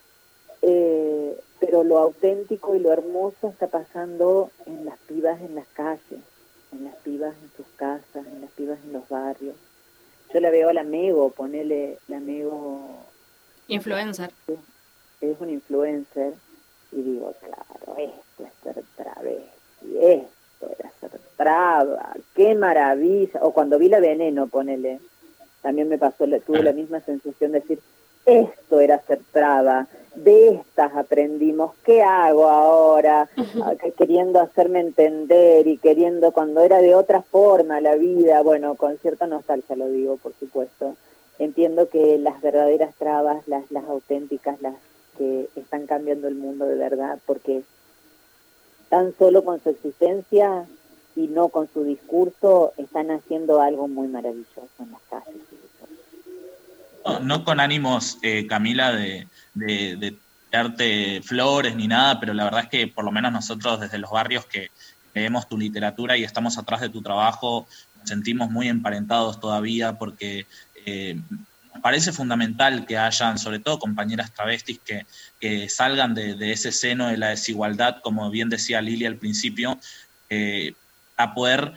Pero lo auténtico y lo hermoso está pasando en las pibas en las calles, en las pibas en sus casas, en las pibas en los barrios. Yo la veo a la Mego, ponele la Mego... Influencer. Es un influencer, y digo, claro, esto es ser travesti, esto era ser traba, qué maravilla. O cuando vi La Veneno, ponele, también me pasó, tuve la misma sensación de decir, esto era ser traba, de estas aprendimos, ¿qué hago ahora? Queriendo hacerme entender y queriendo, cuando era de otra forma la vida, bueno, con cierta nostalgia lo digo, por supuesto. Entiendo que las verdaderas trabas, las auténticas, las que están cambiando el mundo de verdad, porque tan solo con su existencia y no con su discurso están haciendo algo muy maravilloso en las calles. No con ánimos, Camila, de darte flores ni nada, pero la verdad es que por lo menos nosotros desde los barrios que leemos tu literatura y estamos atrás de tu trabajo, nos sentimos muy emparentados todavía porque nos parece fundamental que hayan, sobre todo compañeras travestis, que salgan de ese seno de la desigualdad, como bien decía Lili al principio, a poder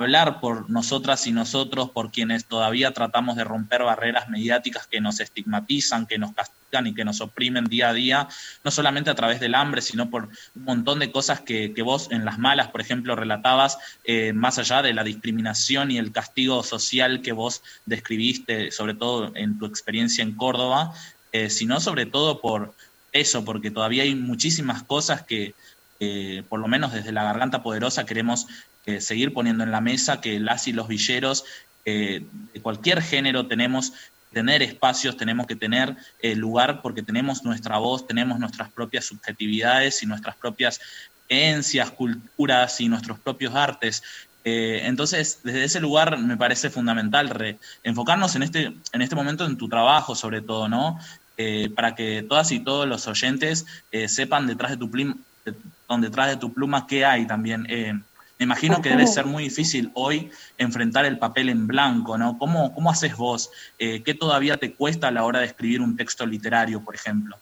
hablar por nosotras y nosotros, por quienes todavía tratamos de romper barreras mediáticas que nos estigmatizan, que nos castigan y que nos oprimen día a día, no solamente a través del hambre, sino por un montón de cosas que vos en Las Malas, por ejemplo, relatabas, más allá de la discriminación y el castigo social que vos describiste, sobre todo en tu experiencia en Córdoba, sino sobre todo por eso, porque todavía hay muchísimas cosas que por lo menos desde La Garganta Poderosa queremos seguir poniendo en la mesa, que las y los villeros de cualquier género tenemos que tener espacios, tenemos que tener lugar, porque tenemos nuestra voz, tenemos nuestras propias subjetividades y nuestras propias creencias, culturas y nuestros propios artes. Entonces, desde ese lugar me parece fundamental enfocarnos en este momento en tu trabajo, sobre todo, ¿no? Para que todas y todos los oyentes sepan detrás de tu pluma qué hay también. Me imagino que debe ser muy difícil hoy enfrentar el papel en blanco, ¿no? ¿Cómo haces vos? ¿Qué todavía te cuesta a la hora de escribir un texto literario, por ejemplo?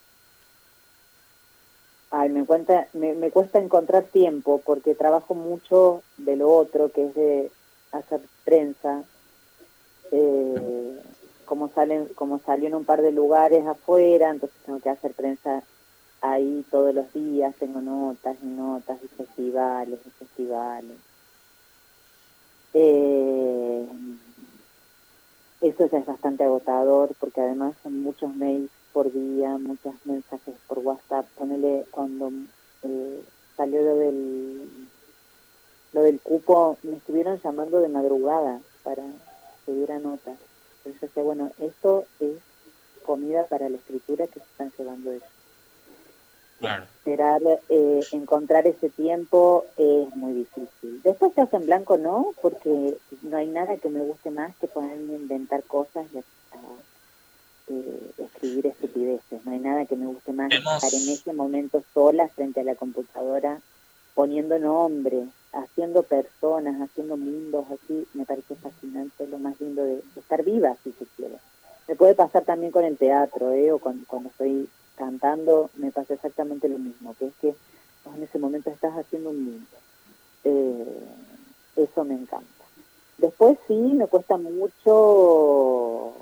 Ay, me cuesta encontrar tiempo porque trabajo mucho de lo otro, que es de hacer prensa. Como salió en un par de lugares afuera, entonces tengo que hacer prensa ahí todos los días, tengo notas y notas y festivales y festivales. Eso ya es bastante agotador porque además son muchos mails por día, muchos mensajes por WhatsApp. Ponele, cuando salió lo del cupo, me estuvieron llamando de madrugada para que diera notas. Entonces yo decía, bueno, esto es comida para la escritura que se están llevando ellos. Claro. Esperar, encontrar ese tiempo es muy difícil. Después se hace en blanco, no, porque no hay nada que me guste más que ponerme a inventar cosas y escribir estupideces. No hay nada que me guste más que estar en ese momento sola frente a la computadora, poniendo nombre, haciendo personas, haciendo mundos así. Me parece fascinante, lo más lindo de estar viva, si se quiere. Me puede pasar también con el teatro, o cuando estoy cantando, me pasa exactamente lo mismo, que es que vos en ese momento estás haciendo un mundo. Eso me encanta. Después sí, me cuesta mucho,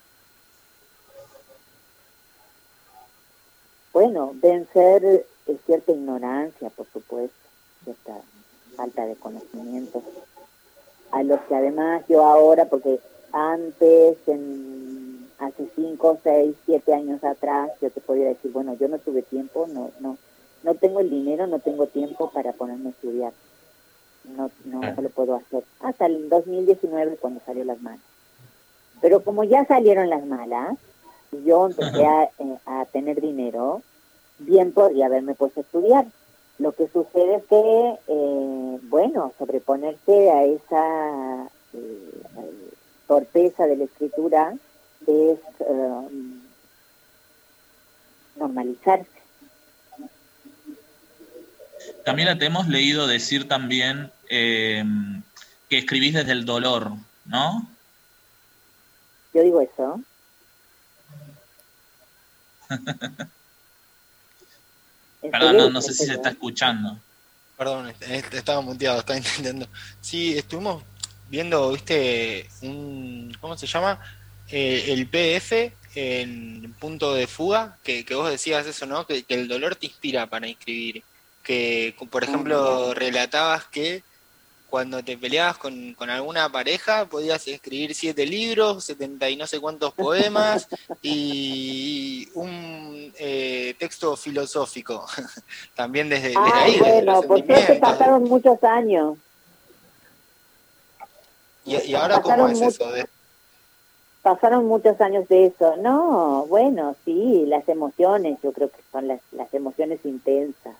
bueno, vencer cierta ignorancia, por supuesto, cierta falta de conocimiento, a los que además yo ahora, porque antes, hace 5, 6, 7 años atrás, yo te podía decir, bueno, yo no tuve tiempo, no tengo el dinero, no tengo tiempo para ponerme a estudiar. No lo puedo hacer. Hasta el 2019, cuando salió Las Malas. Pero como ya salieron Las Malas, y yo empecé a tener dinero, bien podría haberme puesto a estudiar. Lo que sucede es que, sobreponerse a esa torpeza de la escritura es normalizarse. Camila, te hemos leído decir también que escribís desde el dolor, ¿no? Yo digo eso. Perdón, no sé si se está escuchando. Perdón, estaba muteado, estaba intentando. Sí, estuvimos viendo, viste, ¿cómo se llama? El PDF en Punto de Fuga, que vos decías eso, ¿no? Que el dolor te inspira para escribir. Que, por ejemplo, relatabas que cuando te peleabas con alguna pareja podías escribir 7 libros, 70 y no sé cuántos poemas y un texto filosófico. También desde ahí. Bueno, por suerte pasaron muchos años. ¿Y ahora cómo es eso? Pasaron muchos años de eso. No, bueno, sí, las emociones, yo creo que son las emociones intensas.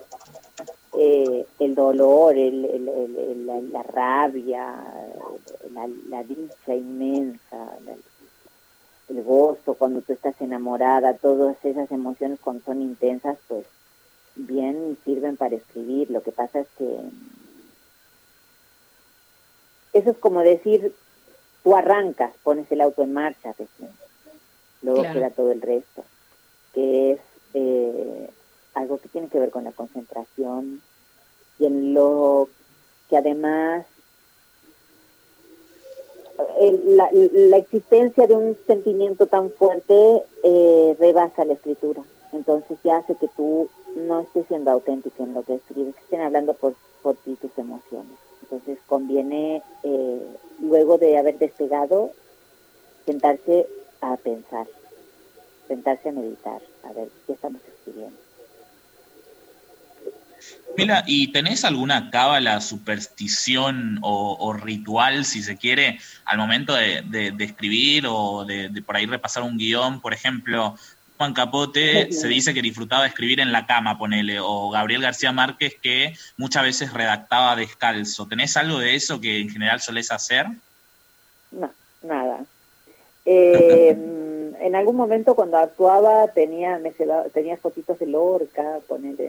El dolor, la rabia, la dicha inmensa, el gozo cuando tú estás enamorada, todas esas emociones cuando son intensas, pues bien sirven para escribir. Lo que pasa es que eso es como decir, tú arrancas, pones el auto en marcha, luego queda todo el resto, que es algo que tiene que ver con la concentración y en lo que además la existencia de un sentimiento tan fuerte rebasa la escritura. Entonces ya hace que tú no estés siendo auténtico en lo que escribes, que estén hablando por ti tus emociones. Entonces conviene, luego de haber despegado, sentarse a pensar, sentarse a meditar, a ver qué estamos escribiendo. Mira, ¿y tenés alguna cábala, superstición o ritual, si se quiere, al momento de escribir o de por ahí repasar un guión? Por ejemplo, Juan Capote se dice que disfrutaba de escribir en la cama, ponele, o Gabriel García Márquez que muchas veces redactaba descalzo. ¿Tenés algo de eso que en general solés hacer? No, nada. En algún momento cuando actuaba tenía fotitos de Lorca, ponele,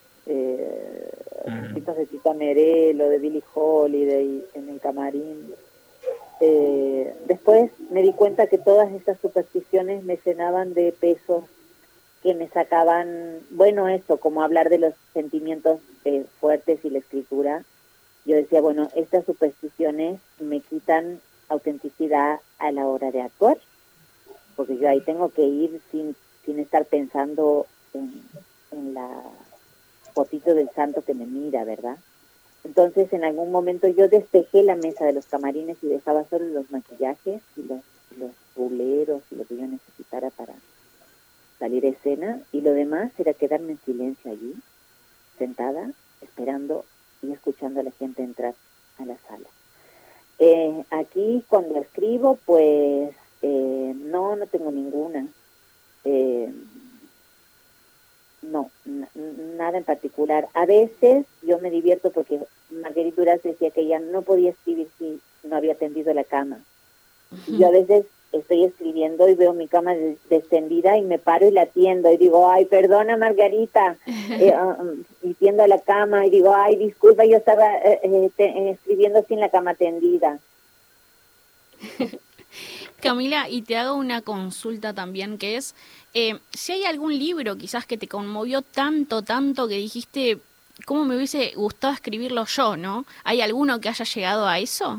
fotitos de Tita Merelo, de Billie Holiday en el camarín. Después me di cuenta que todas estas supersticiones me llenaban de pesos que me sacaban, bueno, eso, como hablar de los sentimientos fuertes y la escritura. Yo decía, bueno, estas supersticiones me quitan autenticidad a la hora de actuar, porque yo ahí tengo que ir sin estar pensando en la fotito del santo que me mira, ¿verdad? Entonces en algún momento yo despejé la mesa de los camarines y dejaba solo los maquillajes y los ruleros y lo que yo necesitara para salir a escena, y lo demás era quedarme en silencio allí, sentada, esperando y escuchando a la gente entrar a la sala. Aquí cuando escribo, pues no tengo ninguna. No, nada en particular. A veces yo me divierto porque Marguerite Duras decía que ella no podía escribir si no había tendido la cama. Y yo a veces estoy escribiendo y veo mi cama descendida y me paro y la tiendo y digo, ay, perdona Margarita, y tiendo la cama y digo, ay, disculpa, yo estaba escribiendo sin la cama tendida. Camila, y te hago una consulta también, que es, si hay algún libro quizás que te conmovió tanto que dijiste, ¿cómo me hubiese gustado escribirlo yo, no? ¿Hay alguno que haya llegado a eso?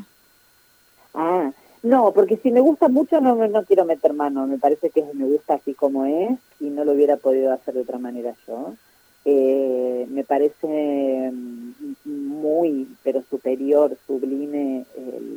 No, porque si me gusta mucho no quiero meter mano, me parece que me gusta así como es y no lo hubiera podido hacer de otra manera yo. Me parece muy, pero superior, sublime,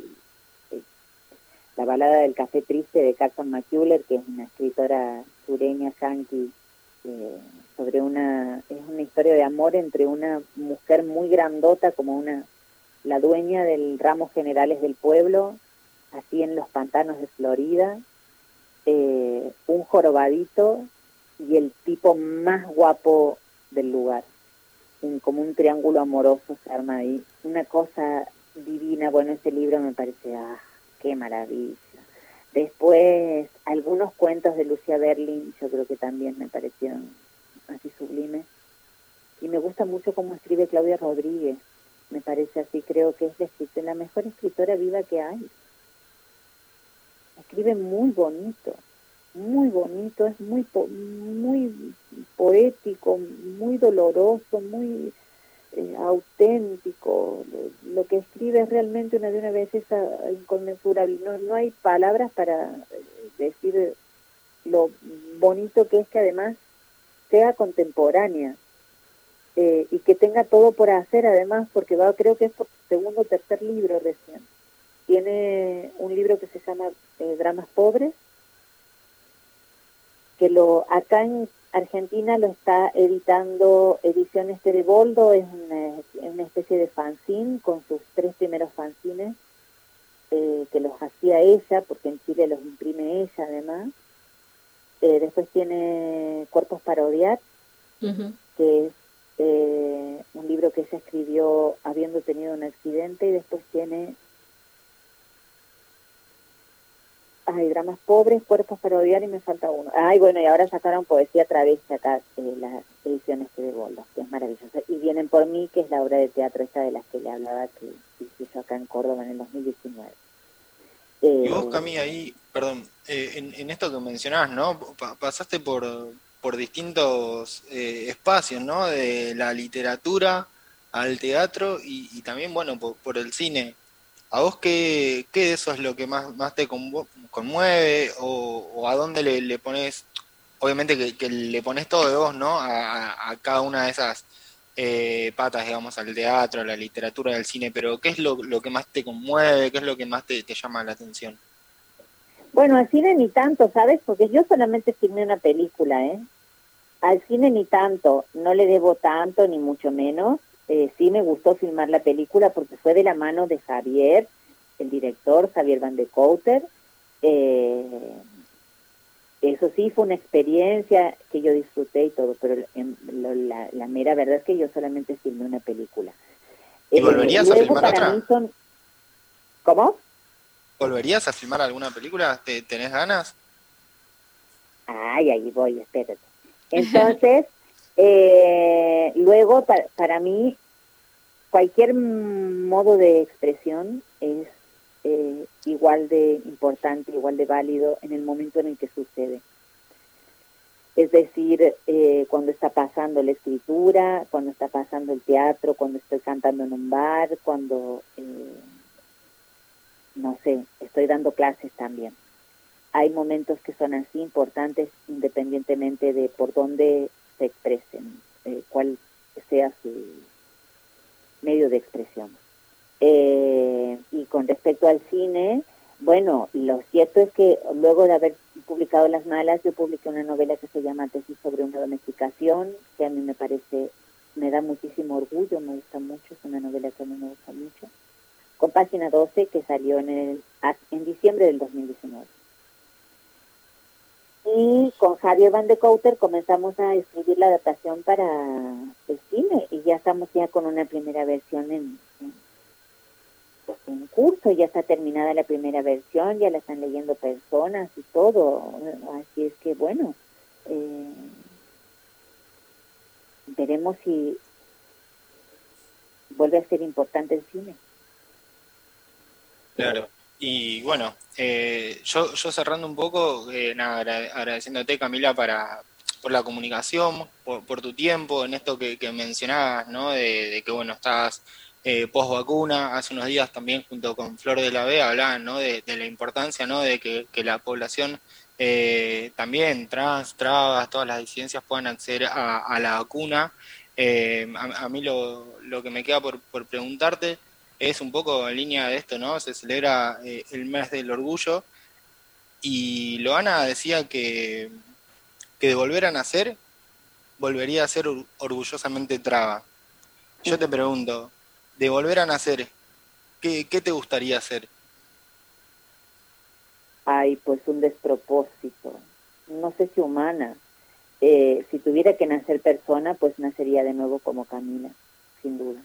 la balada del café triste de Carson McCullers, que es una escritora sureña yankee, sobre es una historia de amor entre una mujer muy grandota como la dueña del Ramos Generales del pueblo, así en los pantanos de Florida, un jorobadito y el tipo más guapo del lugar, como un triángulo amoroso se arma ahí, una cosa divina. Bueno, ese libro me parece, qué maravilla. Después, algunos cuentos de Lucia Berlin, yo creo que también me parecieron así sublimes. Y me gusta mucho cómo escribe Claudia Rodríguez. Me parece así, creo que es la mejor escritora viva que hay. Escribe muy bonito, es muy poético, muy doloroso, muy auténtico. Lo que escribe es realmente una belleza inconmensurable. No hay palabras para decir lo bonito que es, que además sea contemporánea y que tenga todo por hacer, además, porque creo que es por segundo o tercer libro recién. Tiene un libro que se llama Dramas Pobres, que acá en Argentina lo está editando Ediciones Tereboldo, es una especie de fanzine con sus 3 primeros fanzines, que los hacía ella, porque en Chile los imprime ella además. Después tiene Cuerpos para odiar, que es un libro que ella escribió habiendo tenido un accidente, y después tiene Dramas Pobres, Cuerpos para odiar, y me falta uno. Bueno, y ahora sacaron Poesía Travesti acá, las Ediciones de Boldo, que es maravillosa. Y Vienen por mí, que es la obra de teatro esta de las que le hablaba, que se hizo acá en Córdoba en el 2019. Y vos, Cami, ahí, perdón, en esto que mencionabas, ¿no? Pasaste por distintos espacios, ¿no? De la literatura al teatro y también, bueno, por el cine. ¿A vos qué de eso es lo que más te conmueve o a dónde le pones, obviamente que le pones todo de vos, ¿no? A cada una de esas patas, digamos, al teatro, a la literatura, al cine, pero ¿qué es lo que más te conmueve? ¿Qué es lo que más te llama la atención? Bueno, al cine ni tanto, ¿sabes? Porque yo solamente filmé una película, ¿eh? Al cine ni tanto, no le debo tanto, ni mucho menos. Sí me gustó filmar la película porque fue de la mano de Javier, el director, Javier Van de Couter. Eso sí, fue una experiencia que yo disfruté y todo, pero la mera verdad es que yo solamente filmé una película. ¿Y volverías a filmar otra? ¿Cómo? ¿Volverías a filmar alguna película? ¿Tenés ganas? Ay, ahí voy, espérate. Entonces, luego, para mí, cualquier modo de expresión es igual de importante, igual de válido en el momento en el que sucede. Es decir, cuando está pasando la escritura, cuando está pasando el teatro, cuando estoy cantando en un bar, cuando, no sé, estoy dando clases también. Hay momentos que son así importantes independientemente de por dónde se expresen, cuál sea su medio de expresión. Y con respecto al cine, bueno, lo cierto es que luego de haber publicado Las Malas, yo publiqué una novela que se llama Tesis sobre una domesticación, que a mí me da muchísimo orgullo, me gusta mucho, es una novela que a mí me gusta mucho, con Página 12, que salió en diciembre del 2019. Y con Javier Van de Couter comenzamos a escribir la adaptación para el cine y ya estamos ya con una primera versión en curso, ya está terminada la primera versión, ya la están leyendo personas y todo, así es que bueno, veremos si vuelve a ser importante el cine. Claro. Y bueno, yo cerrando un poco, agradeciéndote, Camila, por la comunicación, por tu tiempo, en esto que mencionabas, ¿no? De que, bueno, estás post vacuna. Hace unos días también, junto con Flor de la B, hablaban, ¿no? De la importancia, ¿no? De que la población también, trans, trabas, todas las disidencias puedan acceder a la vacuna. A mí lo que me queda por preguntarte es un poco en línea de esto, ¿no? Se celebra el mes del orgullo y Loana decía que de volver a nacer, volvería a ser orgullosamente traba. Yo te pregunto, de volver a nacer, ¿qué te gustaría hacer? Ay, pues un despropósito. No sé si humana. Si tuviera que nacer persona, pues nacería de nuevo como Camila, sin duda.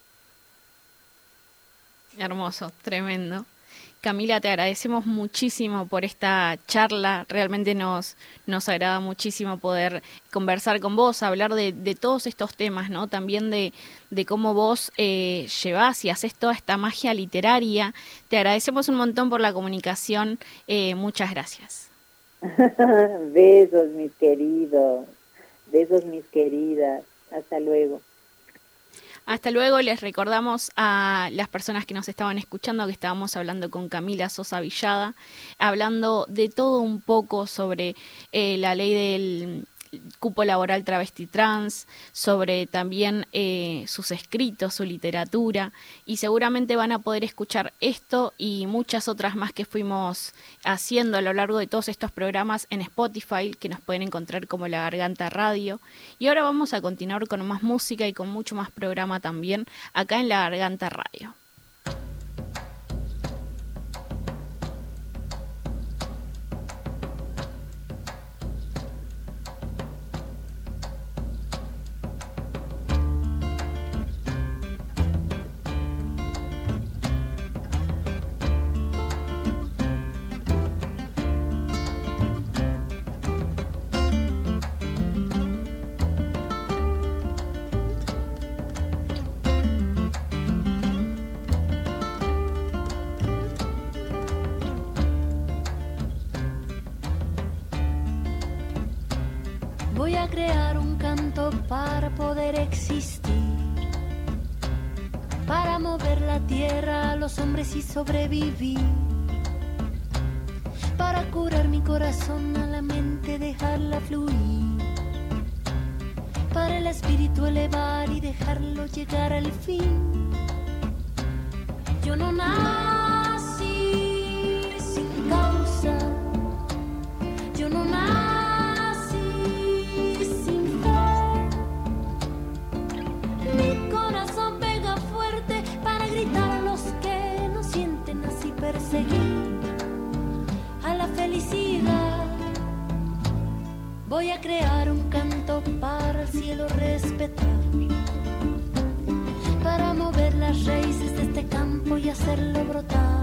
Hermoso, tremendo. Camila, te agradecemos muchísimo por esta charla. Realmente nos agrada muchísimo poder conversar con vos, hablar de todos estos temas, ¿no? También de cómo vos llevás y haces toda esta magia literaria. Te agradecemos un montón por la comunicación. Muchas gracias. Besos, mis queridos. Besos, mis queridas. Hasta luego. Hasta luego. Les recordamos a las personas que nos estaban escuchando que estábamos hablando con Camila Sosa Villada, hablando de todo un poco sobre la ley del cupo laboral travesti trans, sobre también sus escritos, su literatura, y seguramente van a poder escuchar esto y muchas otras más que fuimos haciendo a lo largo de todos estos programas en Spotify, que nos pueden encontrar como La Garganta Radio. Y ahora vamos a continuar con más música y con mucho más programa también acá en La Garganta Radio. Voy a crear un canto para poder existir, para mover la la tierra a los hombres y sobreviví. Para curar mi corazón, a la mente dejarla fluir. Para el espíritu elevar y dejarlo llegar al fin. Yo no nací sin causa. Yo no nací sin fe. Mi corazón pega fuerte para gritar a los que no sienten, así perseguir a la felicidad. Voy a crear un canto para el cielo respetar, para mover las raíces de este campo y hacerlo brotar,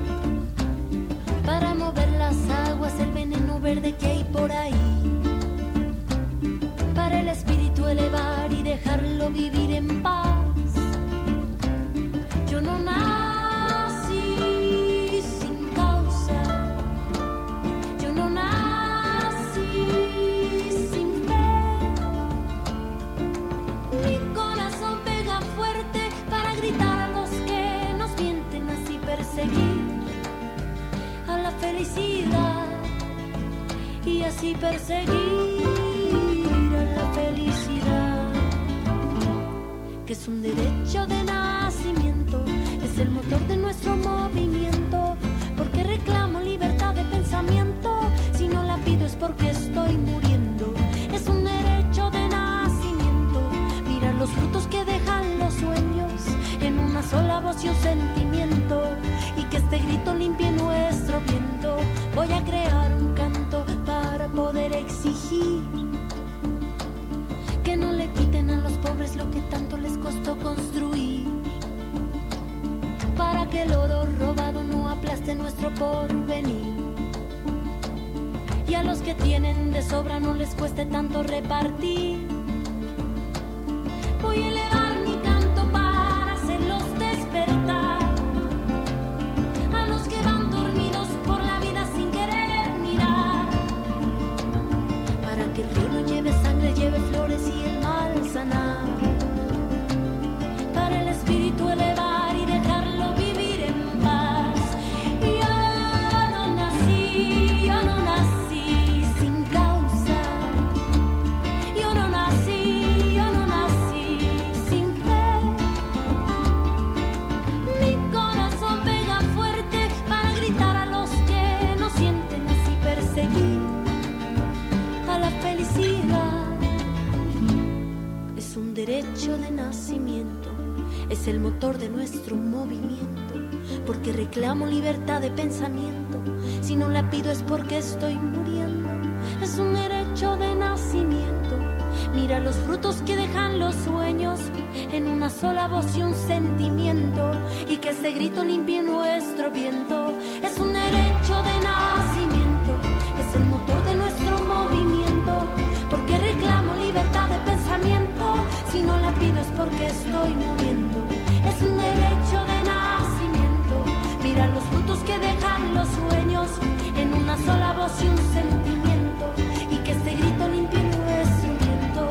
para mover las aguas, el veneno verde que hay por ahí, para el espíritu elevar y dejarlo vivir en paz. Yo no nací sin causa, yo no nací sin fe. Mi corazón pega fuerte para gritar a los que nos mienten, así perseguir a la felicidad y así perseguir a la felicidad, que es un derecho de nacimiento, es el motor de nuestro movimiento, porque reclamo libertad de pensamiento, si no la pido es porque estoy muriendo, es un derecho de nacimiento, mirar los frutos que dejan los sueños, en una sola voz y un sentimiento, y que este grito limpie nuestro viento. Voy a crear un canto para poder exigir que no le quiten a los pobres lo que tanto les costó construir, para que el oro robado no aplaste nuestro porvenir, y a los que tienen de sobra no les cueste tanto repartir. Voy a elevar mi canto para hacerlos despertar, a los que van dormidos por la vida sin querer mirar, para que el río no lleve sangre, lleve flores y el mal sanar, para el espíritu elevar y dejarlo vivir en paz. Yo no nací sin causa, yo no nací sin fe. Mi corazón pega fuerte para gritar a los que no sienten, así perseguir a la felicidad. Es un derecho de nacimiento, es el motor de nuestro movimiento, porque reclamo libertad de pensamiento, si no la pido es porque estoy muriendo. Es un derecho de nacimiento, mira los frutos que dejan los sueños, en una sola voz y un sentimiento, y que ese grito limpie nuestro viento. Es un derecho de nacimiento, es el motor de nuestro movimiento, porque reclamo libertad de pensamiento, si no la pido es porque estoy muriendo. Es un derecho de nacimiento, mira los frutos que dejan los sueños, en una sola voz y un sentimiento, y que este grito limpie nuestro viento.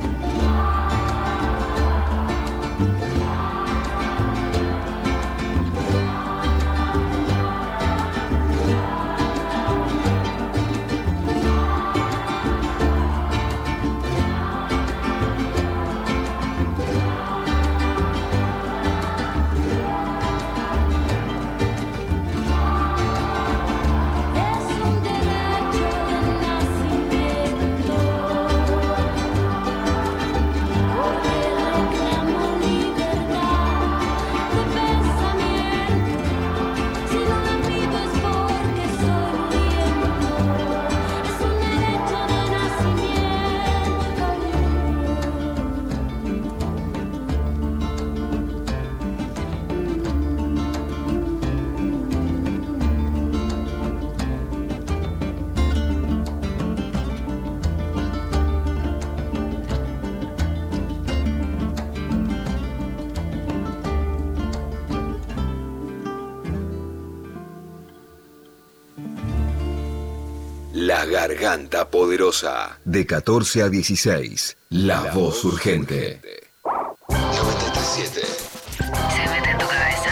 La Garganta Poderosa. De 14 a 16. La Voz Urgente. 93.7. Se mete en tu cabeza.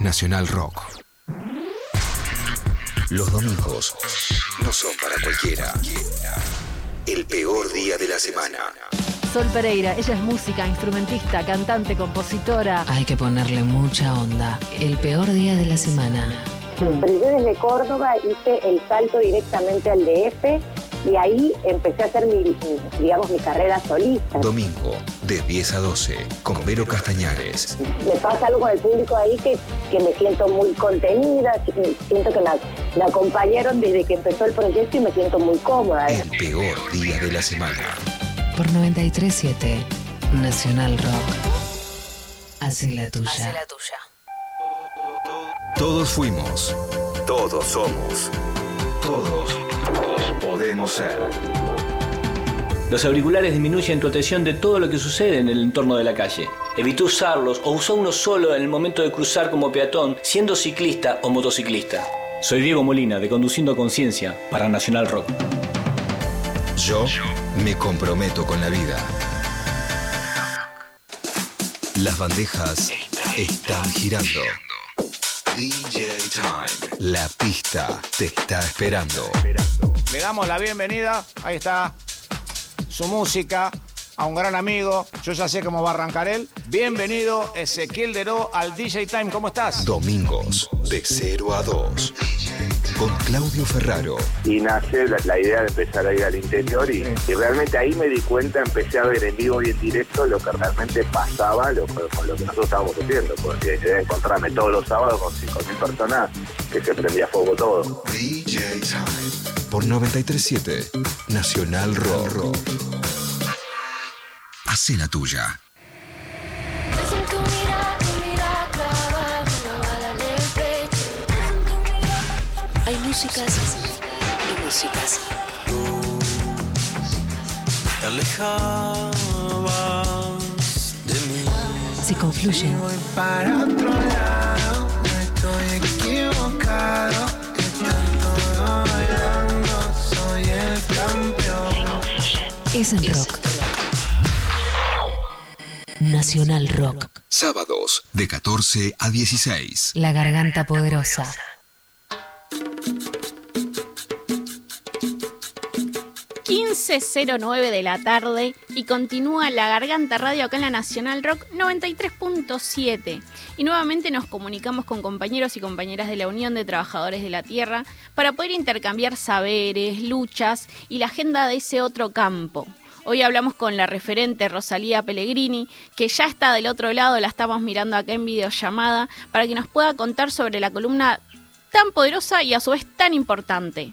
Nacional Rock. Los domingos no son para cualquiera. El peor día de la semana. Sol Pereira, ella es música, instrumentista, cantante, compositora. Hay que ponerle mucha onda. El peor día de la semana. Pero yo desde Córdoba hice el salto directamente al DF y ahí empecé a hacer mi carrera solista. Domingo, de 10 a 12, con Vero Castañares. Me pasa algo con el público ahí que me siento muy contenida, siento que me acompañaron desde que empezó el proyecto y me siento muy cómoda. El peor día de la semana. Por 93.7, Nacional Rock. Hacé la tuya. Hacé la tuya. Todos fuimos. Todos somos. Todos podemos ser. Los auriculares disminuyen tu atención de todo lo que sucede en el entorno de la calle. Evita usarlos o usa uno solo en el momento de cruzar como peatón, siendo ciclista o motociclista. Soy Diego Molina, de Conduciendo a Conciencia, para Nacional Rock. Yo me comprometo con la vida. Las bandejas están girando. DJ Time. La pista te está esperando. Le damos la bienvenida, ahí está, su música, a un gran amigo. Yo ya sé cómo va a arrancar él. Bienvenido, Ezequiel Deró, al DJ Time. ¿Cómo estás? Domingos, de 0 a 2. Con Claudio Ferraro. Y nace la idea de empezar a ir al interior y realmente ahí me di cuenta, empecé a ver en vivo y en directo lo que realmente pasaba con lo que nosotros estábamos haciendo, porque era encontrarme todos los sábados con 5.000 personas que se prendía fuego todo. DJ Time. Por 93.7, Nacional Rock. Hacé la tuya. Hay músicas y músicas. Te alejabas de mí. Se confluyen. Voy para otro lado, no estoy equivocado. Estoy bailando, soy el campeón. Es el rock. Nacional Rock. Sábados, de 14 a 16. La garganta poderosa. 15:09 de la tarde y continúa La Garganta Radio acá en la Nacional Rock 93.7. Y nuevamente nos comunicamos con compañeros y compañeras de la Unión de Trabajadores de la Tierra para poder intercambiar saberes, luchas y la agenda de ese otro campo. Hoy hablamos con la referente Rosalía Pellegrini, que ya está del otro lado, la estamos mirando acá en videollamada, para que nos pueda contar sobre la columna tan poderosa y a su vez tan importante.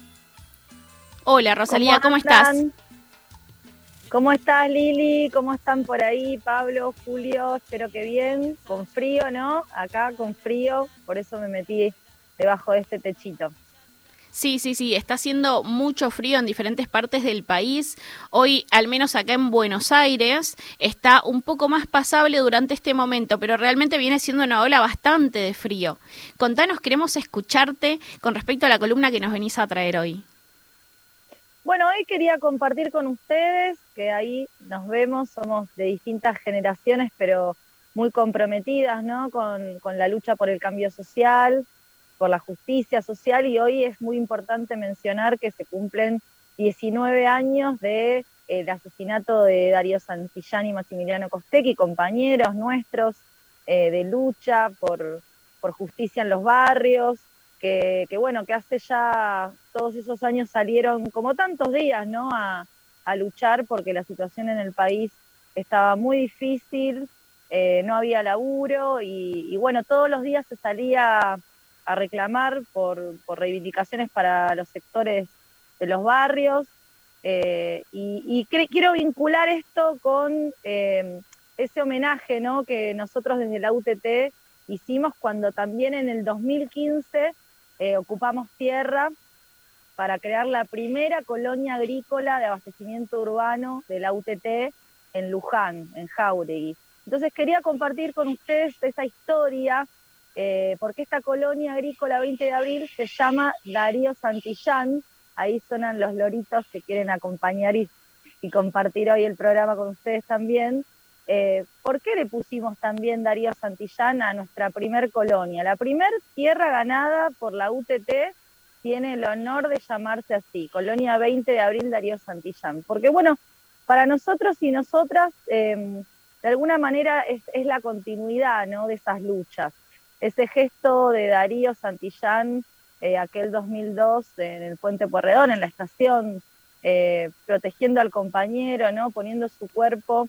Hola Rosalía, ¿cómo estás? ¿Cómo estás, Lili? ¿Cómo están por ahí, Pablo, Julio? Espero que bien, con frío, ¿no? Acá con frío, por eso me metí debajo de este techito. Sí, está haciendo mucho frío en diferentes partes del país. Hoy, al menos acá en Buenos Aires, está un poco más pasable durante este momento, pero realmente viene siendo una ola bastante de frío. Contanos, queremos escucharte con respecto a la columna que nos venís a traer hoy. Bueno, hoy quería compartir con ustedes, que ahí nos vemos, somos de distintas generaciones, pero muy comprometidas, ¿no? Con la lucha por el cambio social, por la justicia social, y hoy es muy importante mencionar que se cumplen 19 años del asesinato de Darío Santillán y Maximiliano Costecchi, compañeros nuestros de lucha por justicia en los barrios, que hace ya todos esos años salieron como tantos días, ¿no? a luchar porque la situación en el país estaba muy difícil, no había laburo y todos los días se salía a reclamar por reivindicaciones para los sectores de los barrios quiero vincular esto con ese homenaje, ¿no? que nosotros desde la UTT hicimos cuando también en el 2015 ocupamos tierra para crear la primera colonia agrícola de abastecimiento urbano de la UTT en Luján, en Jáuregui. Entonces quería compartir con ustedes esa historia, porque esta colonia agrícola 20 de abril se llama Darío Santillán. Ahí suenan los loritos que quieren acompañar y compartir hoy el programa con ustedes también. ¿por qué le pusimos también Darío Santillán a nuestra primer colonia? La primer tierra ganada por la UTT tiene el honor de llamarse así, Colonia 20 de Abril Darío Santillán. Porque bueno, para nosotros y nosotras, de alguna manera es la continuidad, ¿no?, de esas luchas. Ese gesto de Darío Santillán, aquel 2002 en el Puente Pueyrredón, en la estación, protegiendo al compañero, ¿no?, poniendo su cuerpo,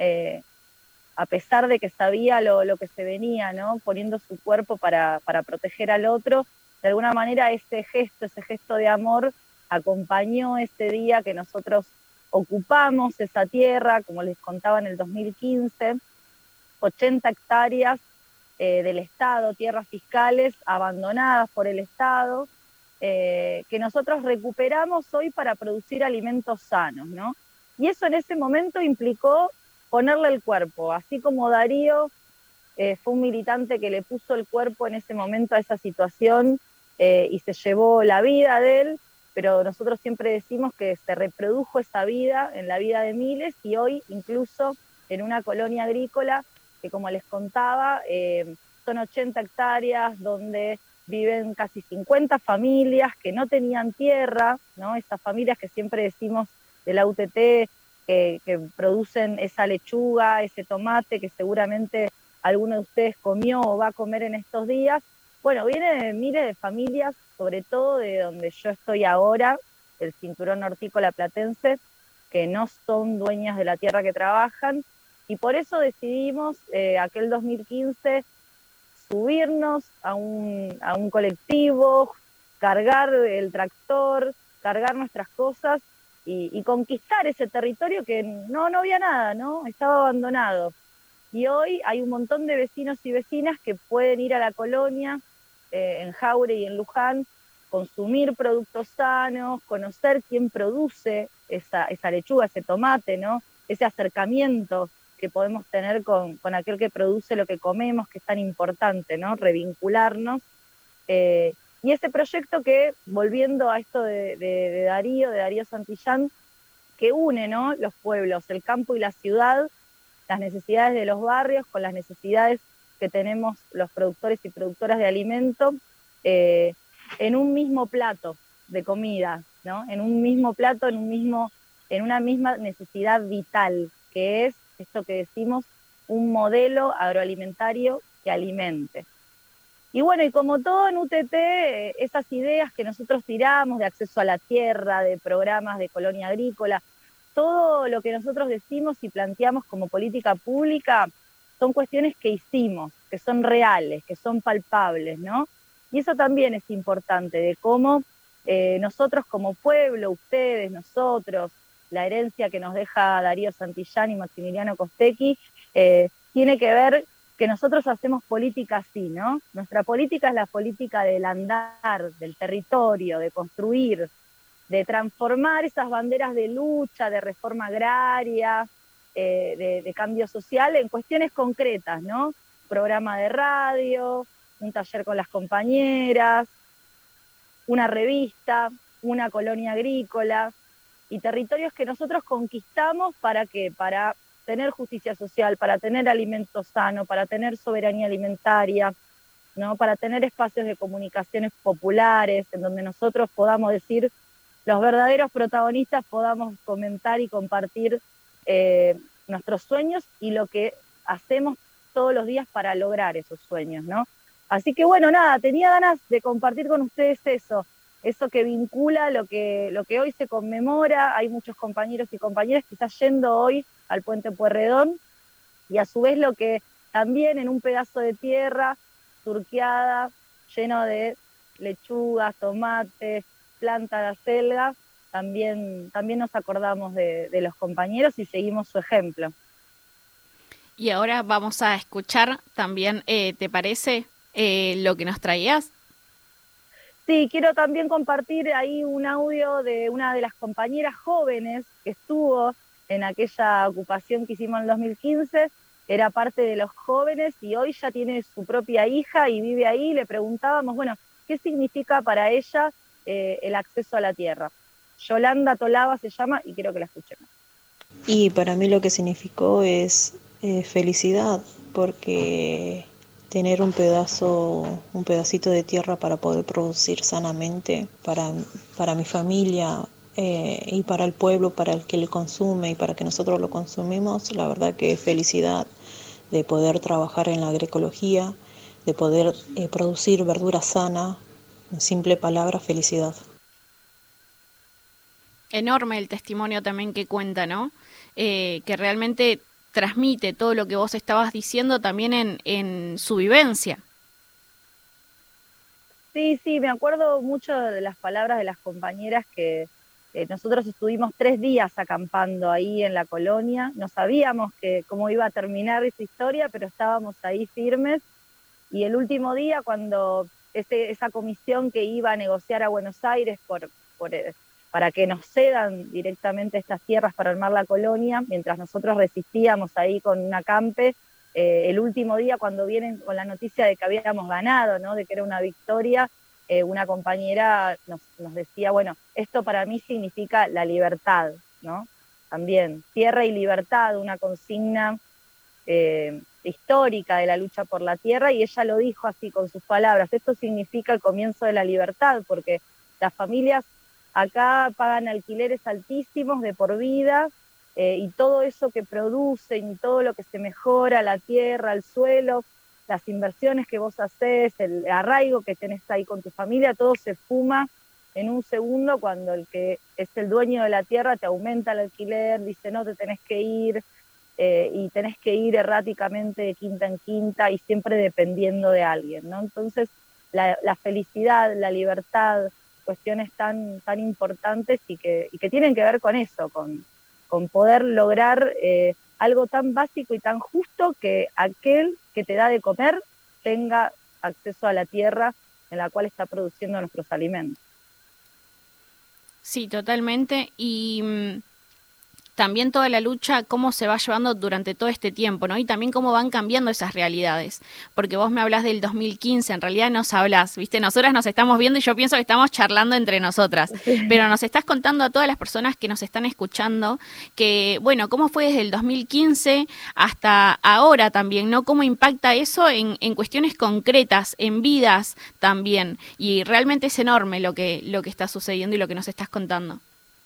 a pesar de que sabía lo que se venía, ¿no?, poniendo su cuerpo para proteger al otro. De alguna manera ese gesto de amor acompañó ese día que nosotros ocupamos esa tierra, como les contaba, en el 2015, 80 hectáreas del Estado, tierras fiscales abandonadas por el Estado, que nosotros recuperamos hoy para producir alimentos sanos, ¿no? Y eso en ese momento implicó ponerle el cuerpo, así como Darío fue un militante que le puso el cuerpo en ese momento a esa situación y se llevó la vida de él, pero nosotros siempre decimos que se reprodujo esa vida en la vida de miles, y hoy incluso en una colonia agrícola que, como les contaba, son 80 hectáreas donde viven casi 50 familias que no tenían tierra, ¿no? Esas familias que siempre decimos de la UTT, que producen esa lechuga, ese tomate que seguramente alguno de ustedes comió o va a comer en estos días. Bueno, viene de miles de familias, sobre todo de donde yo estoy ahora, el cinturón hortícola platense, que no son dueñas de la tierra que trabajan, y por eso decidimos aquel 2015 subirnos a un colectivo, cargar el tractor, cargar nuestras cosas y conquistar ese territorio que no había nada, ¿no? Estaba abandonado. Y hoy hay un montón de vecinos y vecinas que pueden ir a la colonia, en Jaure y en Luján, consumir productos sanos, conocer quién produce esa lechuga, ese tomate, ¿no? Ese acercamiento que podemos tener con aquel que produce lo que comemos, que es tan importante, ¿no? Revincularnos. Y ese proyecto que, volviendo a esto de Darío Santillán, que une, ¿no?, los pueblos, el campo y la ciudad, las necesidades de los barrios con las necesidades que tenemos los productores y productoras de alimento, en un mismo plato de comida, ¿no? En un mismo plato, en una misma necesidad vital, que es esto que decimos, un modelo agroalimentario que alimente. Y bueno, y como todo en UTT, esas ideas que nosotros tiramos de acceso a la tierra, de programas de colonia agrícola, todo lo que nosotros decimos y planteamos como política pública son cuestiones que hicimos, que son reales, que son palpables, ¿no? Y eso también es importante, de cómo nosotros como pueblo, ustedes, nosotros, la herencia que nos deja Darío Santillán y Maximiliano Costecchi, tiene que ver que nosotros hacemos política así, ¿no? Nuestra política es la política del andar, del territorio, de construir, de transformar esas banderas de lucha, de reforma agraria, de cambio social en cuestiones concretas, ¿no? Programa de radio, un taller con las compañeras, una revista, una colonia agrícola, y territorios que nosotros conquistamos, ¿para qué? Para tener justicia social, para tener alimento sano, para tener soberanía alimentaria, ¿no? Para tener espacios de comunicaciones populares en donde nosotros podamos decir, los verdaderos protagonistas podamos comentar y compartir nuestros sueños y lo que hacemos todos los días para lograr esos sueños, ¿no? Así que bueno, nada, tenía ganas de compartir con ustedes eso que vincula lo que hoy se conmemora. Hay muchos compañeros y compañeras que están yendo hoy al Puente Pueyrredón, y a su vez lo que también en un pedazo de tierra surqueada, lleno de lechugas, tomates, plantas de acelga, también nos acordamos de los compañeros y seguimos su ejemplo. Y ahora vamos a escuchar también, ¿te parece lo que nos traías? Sí, quiero también compartir ahí un audio de una de las compañeras jóvenes que estuvo en aquella ocupación que hicimos en el 2015, era parte de los jóvenes y hoy ya tiene su propia hija y vive ahí. Le preguntábamos, bueno, ¿qué significa para ella el acceso a la tierra? Yolanda Tolaba se llama y quiero que la escuchemos. Y para mí lo que significó es Felicidad, porque tener un pedacito de tierra para poder producir sanamente para mi familia y para el pueblo, para el que le consume y para que nosotros lo consumimos, la verdad que felicidad de poder trabajar en la agroecología, de poder producir verdura sana, en simple palabra, felicidad. Enorme el testimonio también que cuenta, ¿no? Que realmente transmite todo lo que vos estabas diciendo también en su vivencia. Sí, me acuerdo mucho de las palabras de las compañeras que nosotros estuvimos 3 días acampando ahí en la colonia, no sabíamos cómo iba a terminar esa historia, pero estábamos ahí firmes, y el último día cuando esa comisión que iba a negociar a Buenos Aires para que nos cedan directamente estas tierras para armar la colonia, mientras nosotros resistíamos ahí con un acampe, el último día cuando vienen con la noticia de que habíamos ganado, ¿no? De que era una victoria, una compañera nos decía, bueno, esto para mí significa la libertad, ¿no? También, tierra y libertad, una consigna histórica de la lucha por la tierra, y ella lo dijo así con sus palabras, esto significa el comienzo de la libertad, porque las familias acá pagan alquileres altísimos de por vida, y todo eso que producen y todo lo que se mejora, la tierra, el suelo, las inversiones que vos hacés, el arraigo que tenés ahí con tu familia, todo se fuma en un segundo cuando el que es el dueño de la tierra te aumenta el alquiler, dice no, te tenés que ir, y tenés que ir erráticamente de quinta en quinta y siempre dependiendo de alguien, ¿no? Entonces la felicidad, la libertad, cuestiones tan importantes y que tienen que ver con eso, con poder lograr algo tan básico y tan justo que aquel que te da de comer tenga acceso a la tierra en la cual está produciendo nuestros alimentos. Sí, totalmente. Y también toda la lucha, cómo se va llevando durante todo este tiempo, ¿no? Y también cómo van cambiando esas realidades. Porque vos me hablás del 2015, en realidad nos hablás, ¿viste? Nosotras nos estamos viendo y yo pienso que estamos charlando entre nosotras. Pero nos estás contando a todas las personas que nos están escuchando que, bueno, cómo fue desde el 2015 hasta ahora también, ¿no? Cómo impacta eso en cuestiones concretas, en vidas también. Y realmente es enorme lo que está sucediendo y lo que nos estás contando.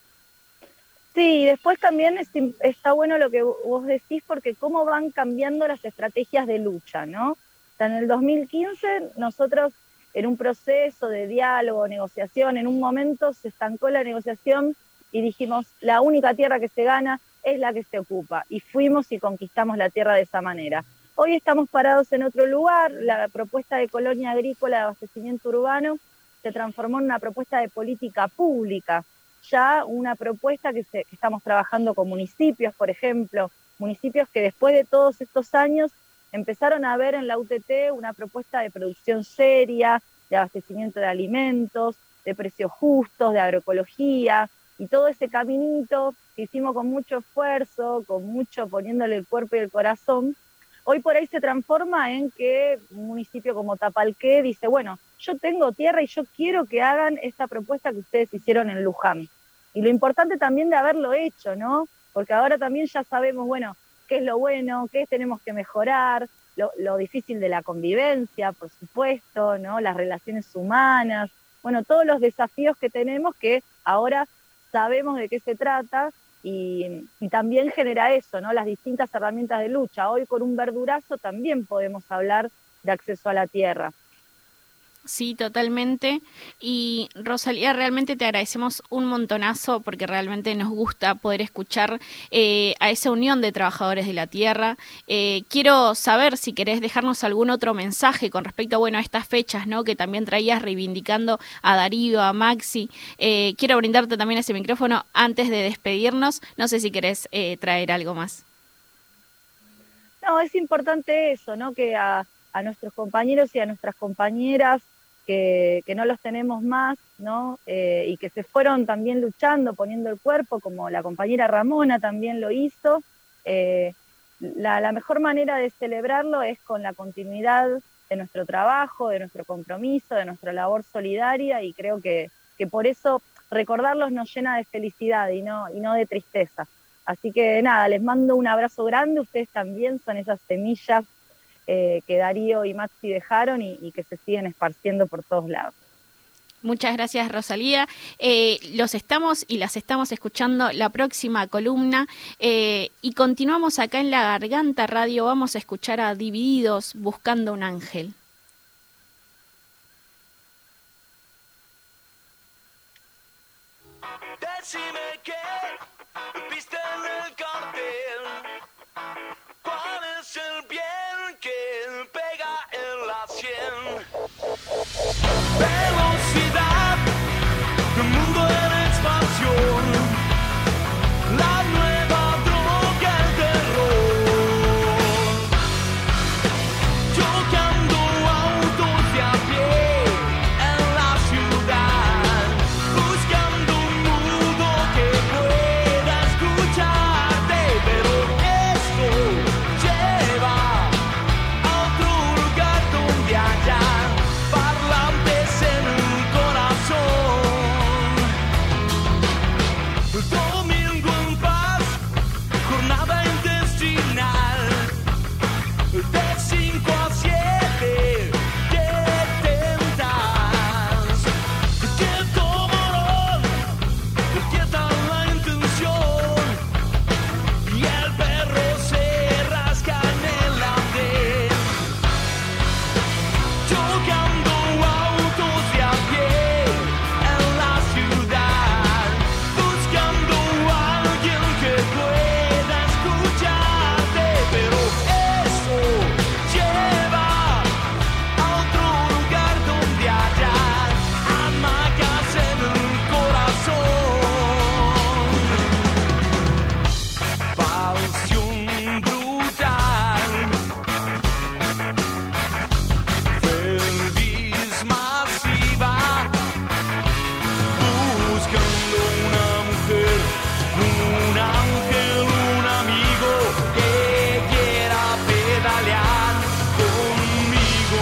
Sí, y después también está bueno lo que vos decís, porque cómo van cambiando las estrategias de lucha, ¿no? O sea, en el 2015 nosotros, en un proceso de diálogo, negociación, en un momento se estancó la negociación y dijimos, la única tierra que se gana es la que se ocupa, y fuimos y conquistamos la tierra de esa manera. Hoy estamos parados en otro lugar, la propuesta de colonia agrícola de abastecimiento urbano se transformó en una propuesta de política pública, ya una propuesta que estamos trabajando con municipios, por ejemplo, municipios que después de todos estos años empezaron a ver en la UTT una propuesta de producción seria, de abastecimiento de alimentos, de precios justos, de agroecología, y todo ese caminito que hicimos con mucho esfuerzo, poniéndole el cuerpo y el corazón, hoy por ahí se transforma en que un municipio como Tapalqué dice, bueno, yo tengo tierra y yo quiero que hagan esta propuesta que ustedes hicieron en Luján. Y lo importante también de haberlo hecho, ¿no? Porque ahora también ya sabemos, bueno, qué es lo bueno, qué tenemos que mejorar, lo difícil de la convivencia, por supuesto, ¿no? Las relaciones humanas, bueno, todos los desafíos que tenemos que ahora sabemos de qué se trata y también genera eso, ¿no? Las distintas herramientas de lucha. Hoy con un verdurazo también podemos hablar de acceso a la tierra. Sí, totalmente. Y Rosalía, realmente te agradecemos un montonazo porque realmente nos gusta poder escuchar a esa unión de trabajadores de la tierra. Quiero saber si querés dejarnos algún otro mensaje con respecto a, bueno, a estas fechas, ¿no? Que también traías reivindicando a Darío, a Maxi. Quiero brindarte también ese micrófono antes de despedirnos. No sé si querés traer algo más. No, es importante eso, ¿no? Que a nuestros compañeros y a nuestras compañeras que no los tenemos más, ¿no? Y que se fueron también luchando, poniendo el cuerpo, como la compañera Ramona también lo hizo. La mejor manera de celebrarlo es con la continuidad de nuestro trabajo, de nuestro compromiso, de nuestra labor solidaria, y creo que por eso recordarlos nos llena de felicidad y no de tristeza. Así que nada, les mando un abrazo grande, ustedes también son esas semillas que Darío y Maxi dejaron y que se siguen esparciendo por todos lados. Muchas gracias, Rosalía. Los estamos y las estamos escuchando la próxima columna y continuamos acá en La Garganta Radio. Vamos a escuchar a Divididos, Buscando un Ángel. Decime qué viste en el cartel, cuál es el bien que pega en la sien. Velocidad, un mundo en expansión, la nueva droga, el terror. Chocando autos de a pie en la ciudad, buscando un mundo que pueda escucharte, pero esto lleva a otro lugar donde haya parlantes en el corazón. Domingo en paz, jornada intestinal, de 5 a 7, ¿qué tentas? ¿Qué tomarón? ¿Qué tal la intención? Y el perro se rasca en el andén, chocando autos de a pie en la ciudad, buscando a alguien que pueda escucharte, pero eso lleva a otro lugar donde haya hamacas en el corazón. Pasión brutal, feliz masiva, buscando una mujer, un ángel, un amigo que quiera pedalear conmigo.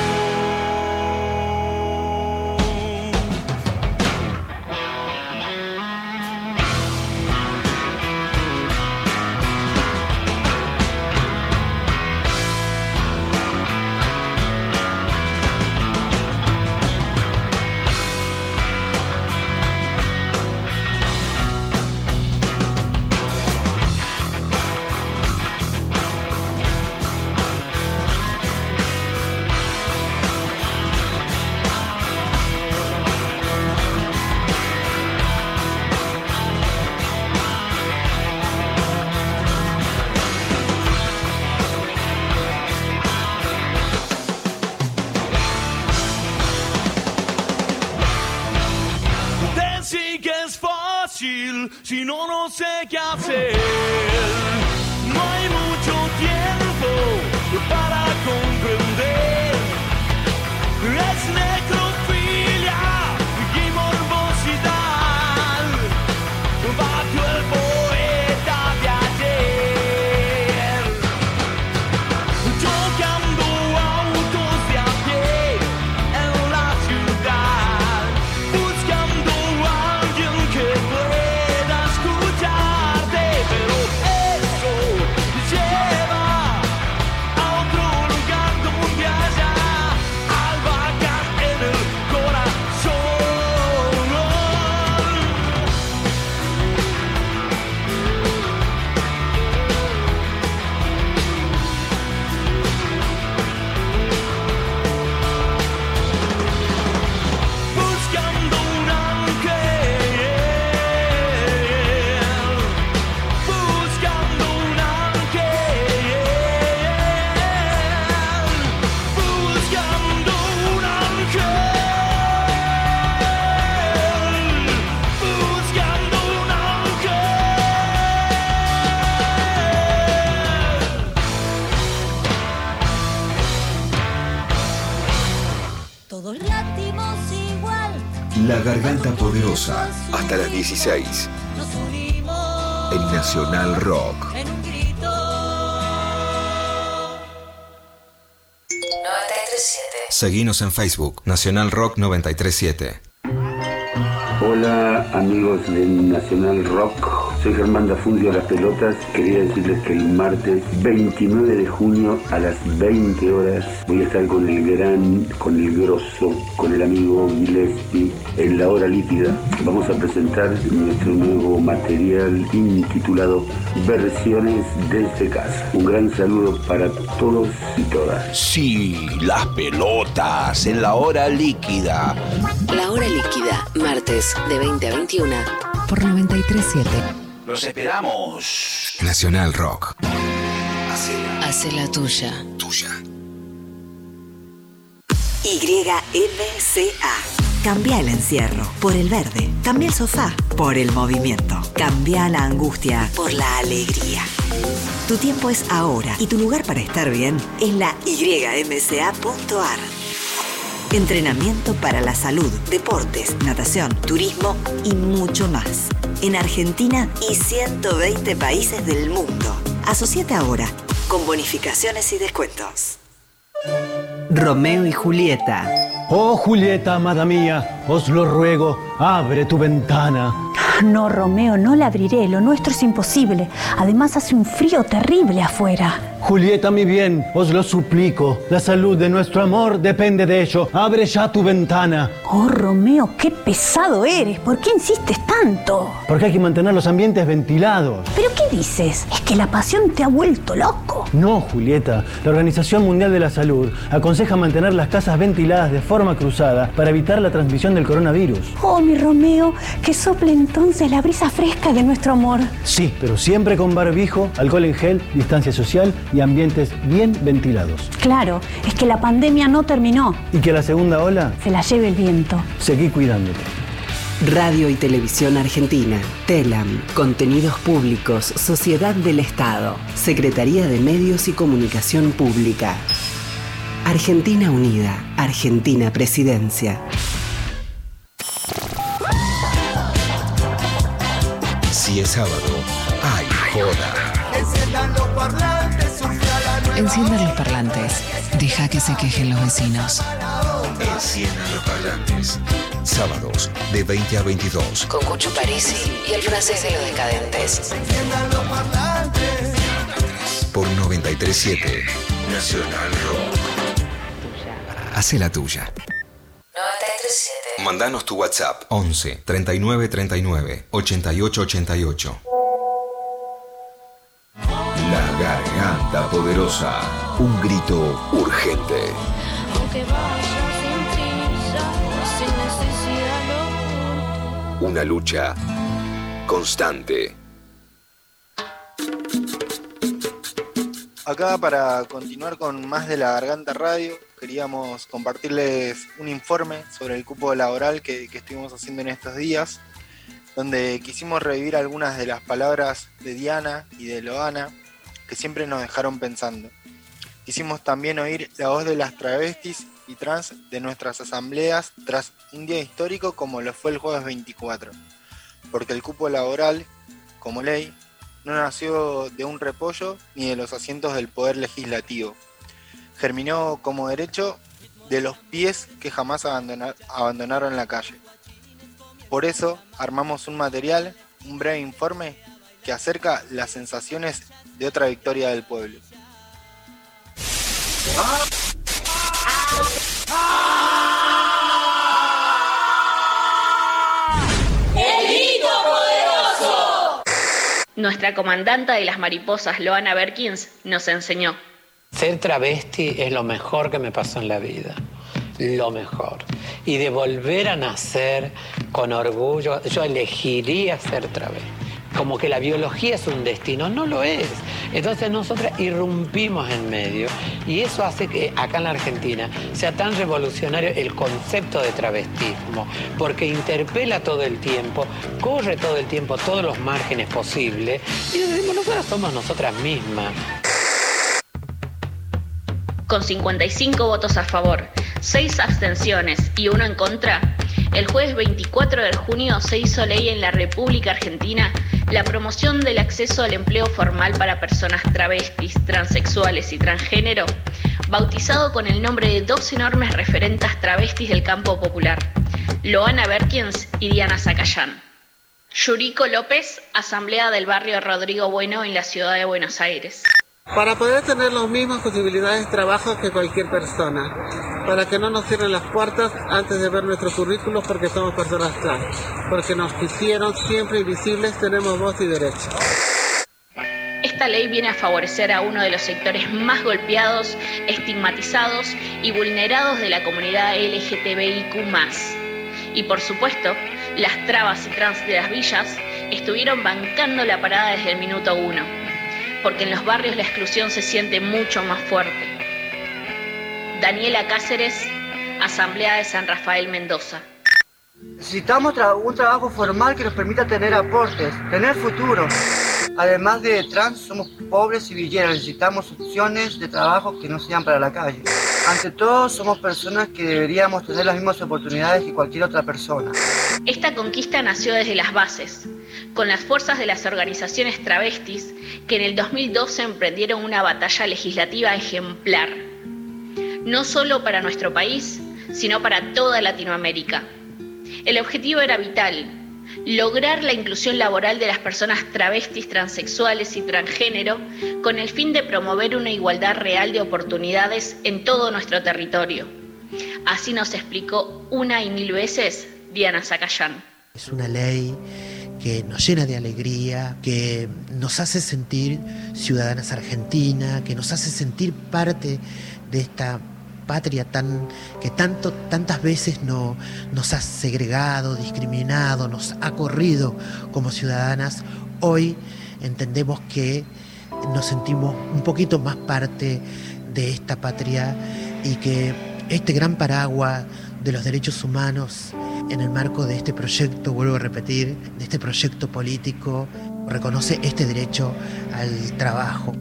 Decir que es fácil, si no, no sé qué hacer. No hay mucho tiempo para comprender. Es necrofilia y morbosidad. Batió el poeta de ayer, chocando autos de a pie en la ciudad, buscando a alguien que pueda escucharte, pero eso lleva a otro lugar donde haya albahacas en el corazón. Buscando un ángel, buscando un ángel, buscando un ángel, buscando un ángel. Todos latimos igual, La Garganta Poderosa, hasta las 16, nos unimos en Nacional Rock. en un grito. 937. Seguinos en Facebook, Nacional Rock 937. Hola amigos de Nacional Rock, Soy Germán Dafundio de Las Pelotas. Quería decirles que el martes 29 de junio a las 20 horas voy a estar con el grosso, con el amigo Gillespie en La Hora Líquida. Vamos a presentar nuestro nuevo material intitulado Versiones desde casa. Un gran saludo para todos y todas. Sí, Las Pelotas en La Hora Líquida. La Hora Líquida, martes de 20 a 21 por 93.7. Los esperamos. Nacional Rock. Hace la tuya. YMCA. Cambia el encierro por el verde. Cambia el sofá por el movimiento. Cambia la angustia por la alegría. Tu tiempo es ahora y tu lugar para estar bien es la ymca.ar. Entrenamiento para la salud, deportes, natación, turismo y mucho más. En Argentina y 120 países del mundo. Asociate ahora con bonificaciones y descuentos. Romeo y Julieta. Oh, Julieta, amada mía, os lo ruego, abre tu ventana. No, Romeo, no la abriré, lo nuestro es imposible. Además hace un frío terrible afuera. Julieta, mi bien, os lo suplico. La salud de nuestro amor depende de ello. Abre ya tu ventana. Oh, Romeo, qué pesado eres. ¿Por qué insistes tanto? Porque hay que mantener los ambientes ventilados. ¿Pero qué dices? ¿Es que la pasión te ha vuelto loco? No, Julieta. La Organización Mundial de la Salud aconseja mantener las casas ventiladas de forma cruzada para evitar la transmisión del coronavirus. Oh, mi Romeo, que sople entonces la brisa fresca de nuestro amor. Sí, pero siempre con barbijo, alcohol en gel, distancia social y ambientes bien ventilados. Claro, es que la pandemia no terminó. Y que la segunda ola se la lleve el viento. Seguí cuidándote. Radio y Televisión Argentina, TELAM, Contenidos Públicos, Sociedad del Estado, Secretaría de Medios y Comunicación Pública. Argentina Unida, Argentina Presidencia. Si es sábado, hay joda. Enciendan los parlantes. Deja que se quejen los vecinos. Enciendan los parlantes. Sábados de 20 a 22. Con Cucho Parisi y el francés de los decadentes. Por 93.7 Nacional Rock. Hace la tuya. 93.7. Mandanos tu WhatsApp 11 39 39 88 88. La garganta poderosa. Un grito urgente. Aunque vaya sin prisa, sin necesidad. Una lucha constante. Acá para continuar con más de La Garganta Radio, queríamos compartirles un informe sobre el cupo laboral que estuvimos haciendo en estos días, donde quisimos revivir algunas de las palabras de Diana y de Loana que siempre nos dejaron pensando. Quisimos también oír la voz de las travestis y trans de nuestras asambleas tras un día histórico como lo fue el jueves 24, porque el cupo laboral, como ley, no nació de un repollo ni de los asientos del Poder Legislativo. Germinó como derecho de los pies que jamás abandonaron la calle. Por eso armamos un material, un breve informe, que acerca las sensaciones de otra victoria del pueblo. ¡El grito poderoso! Nuestra comandanta de las mariposas, Loana Berkins, nos enseñó. Ser travesti es lo mejor que me pasó en la vida. Lo mejor. Y de volver a nacer con orgullo, yo elegiría ser travesti. Como que la biología es un destino, no lo es. Entonces nosotras irrumpimos en medio y eso hace que acá en la Argentina sea tan revolucionario el concepto de travestismo, porque interpela todo el tiempo, corre todo el tiempo todos los márgenes posibles y decimos, nosotras somos nosotras mismas. Con 55 votos a favor, 6 abstenciones y 1 en contra, el jueves 24 de junio se hizo ley en la República Argentina la promoción del acceso al empleo formal para personas travestis, transexuales y transgénero, bautizado con el nombre de dos enormes referentas travestis del campo popular, Loana Berkins y Diana Zacayán. Yuriko López, Asamblea del barrio Rodrigo Bueno en la ciudad de Buenos Aires. Para poder tener las mismas posibilidades de trabajo que cualquier persona, para que no nos cierren las puertas antes de ver nuestros currículos porque somos personas trans, porque nos quisieron siempre invisibles, tenemos voz y derecho. Esta ley viene a favorecer a uno de los sectores más golpeados, estigmatizados y vulnerados de la comunidad LGTBIQ+. Y por supuesto, las trabas y trans de las villas estuvieron bancando la parada desde el minuto 1, porque en los barrios la exclusión se siente mucho más fuerte. Daniela Cáceres, Asamblea de San Rafael, Mendoza. Necesitamos un trabajo formal que nos permita tener aportes, tener futuro. Además de trans, somos pobres y villeros, necesitamos opciones de trabajo que no sean para la calle. Ante todo, somos personas que deberíamos tener las mismas oportunidades que cualquier otra persona. Esta conquista nació desde las bases, con las fuerzas de las organizaciones travestis que en el 2012 emprendieron una batalla legislativa ejemplar, no solo para nuestro país, sino para toda Latinoamérica. El objetivo era vital: lograr la inclusión laboral de las personas travestis, transexuales y transgénero con el fin de promover una igualdad real de oportunidades en todo nuestro territorio. Así nos explicó una y mil veces Diana Zacayán. Es una ley que nos llena de alegría, que nos hace sentir ciudadanas argentinas, que nos hace sentir parte de esta patria que tantas veces nos ha segregado, discriminado, nos ha corrido como ciudadanas. Hoy entendemos que nos sentimos un poquito más parte de esta patria y que este gran paraguas de los derechos humanos en el marco de este proyecto, vuelvo a repetir, de este proyecto político, reconoce este derecho al trabajo.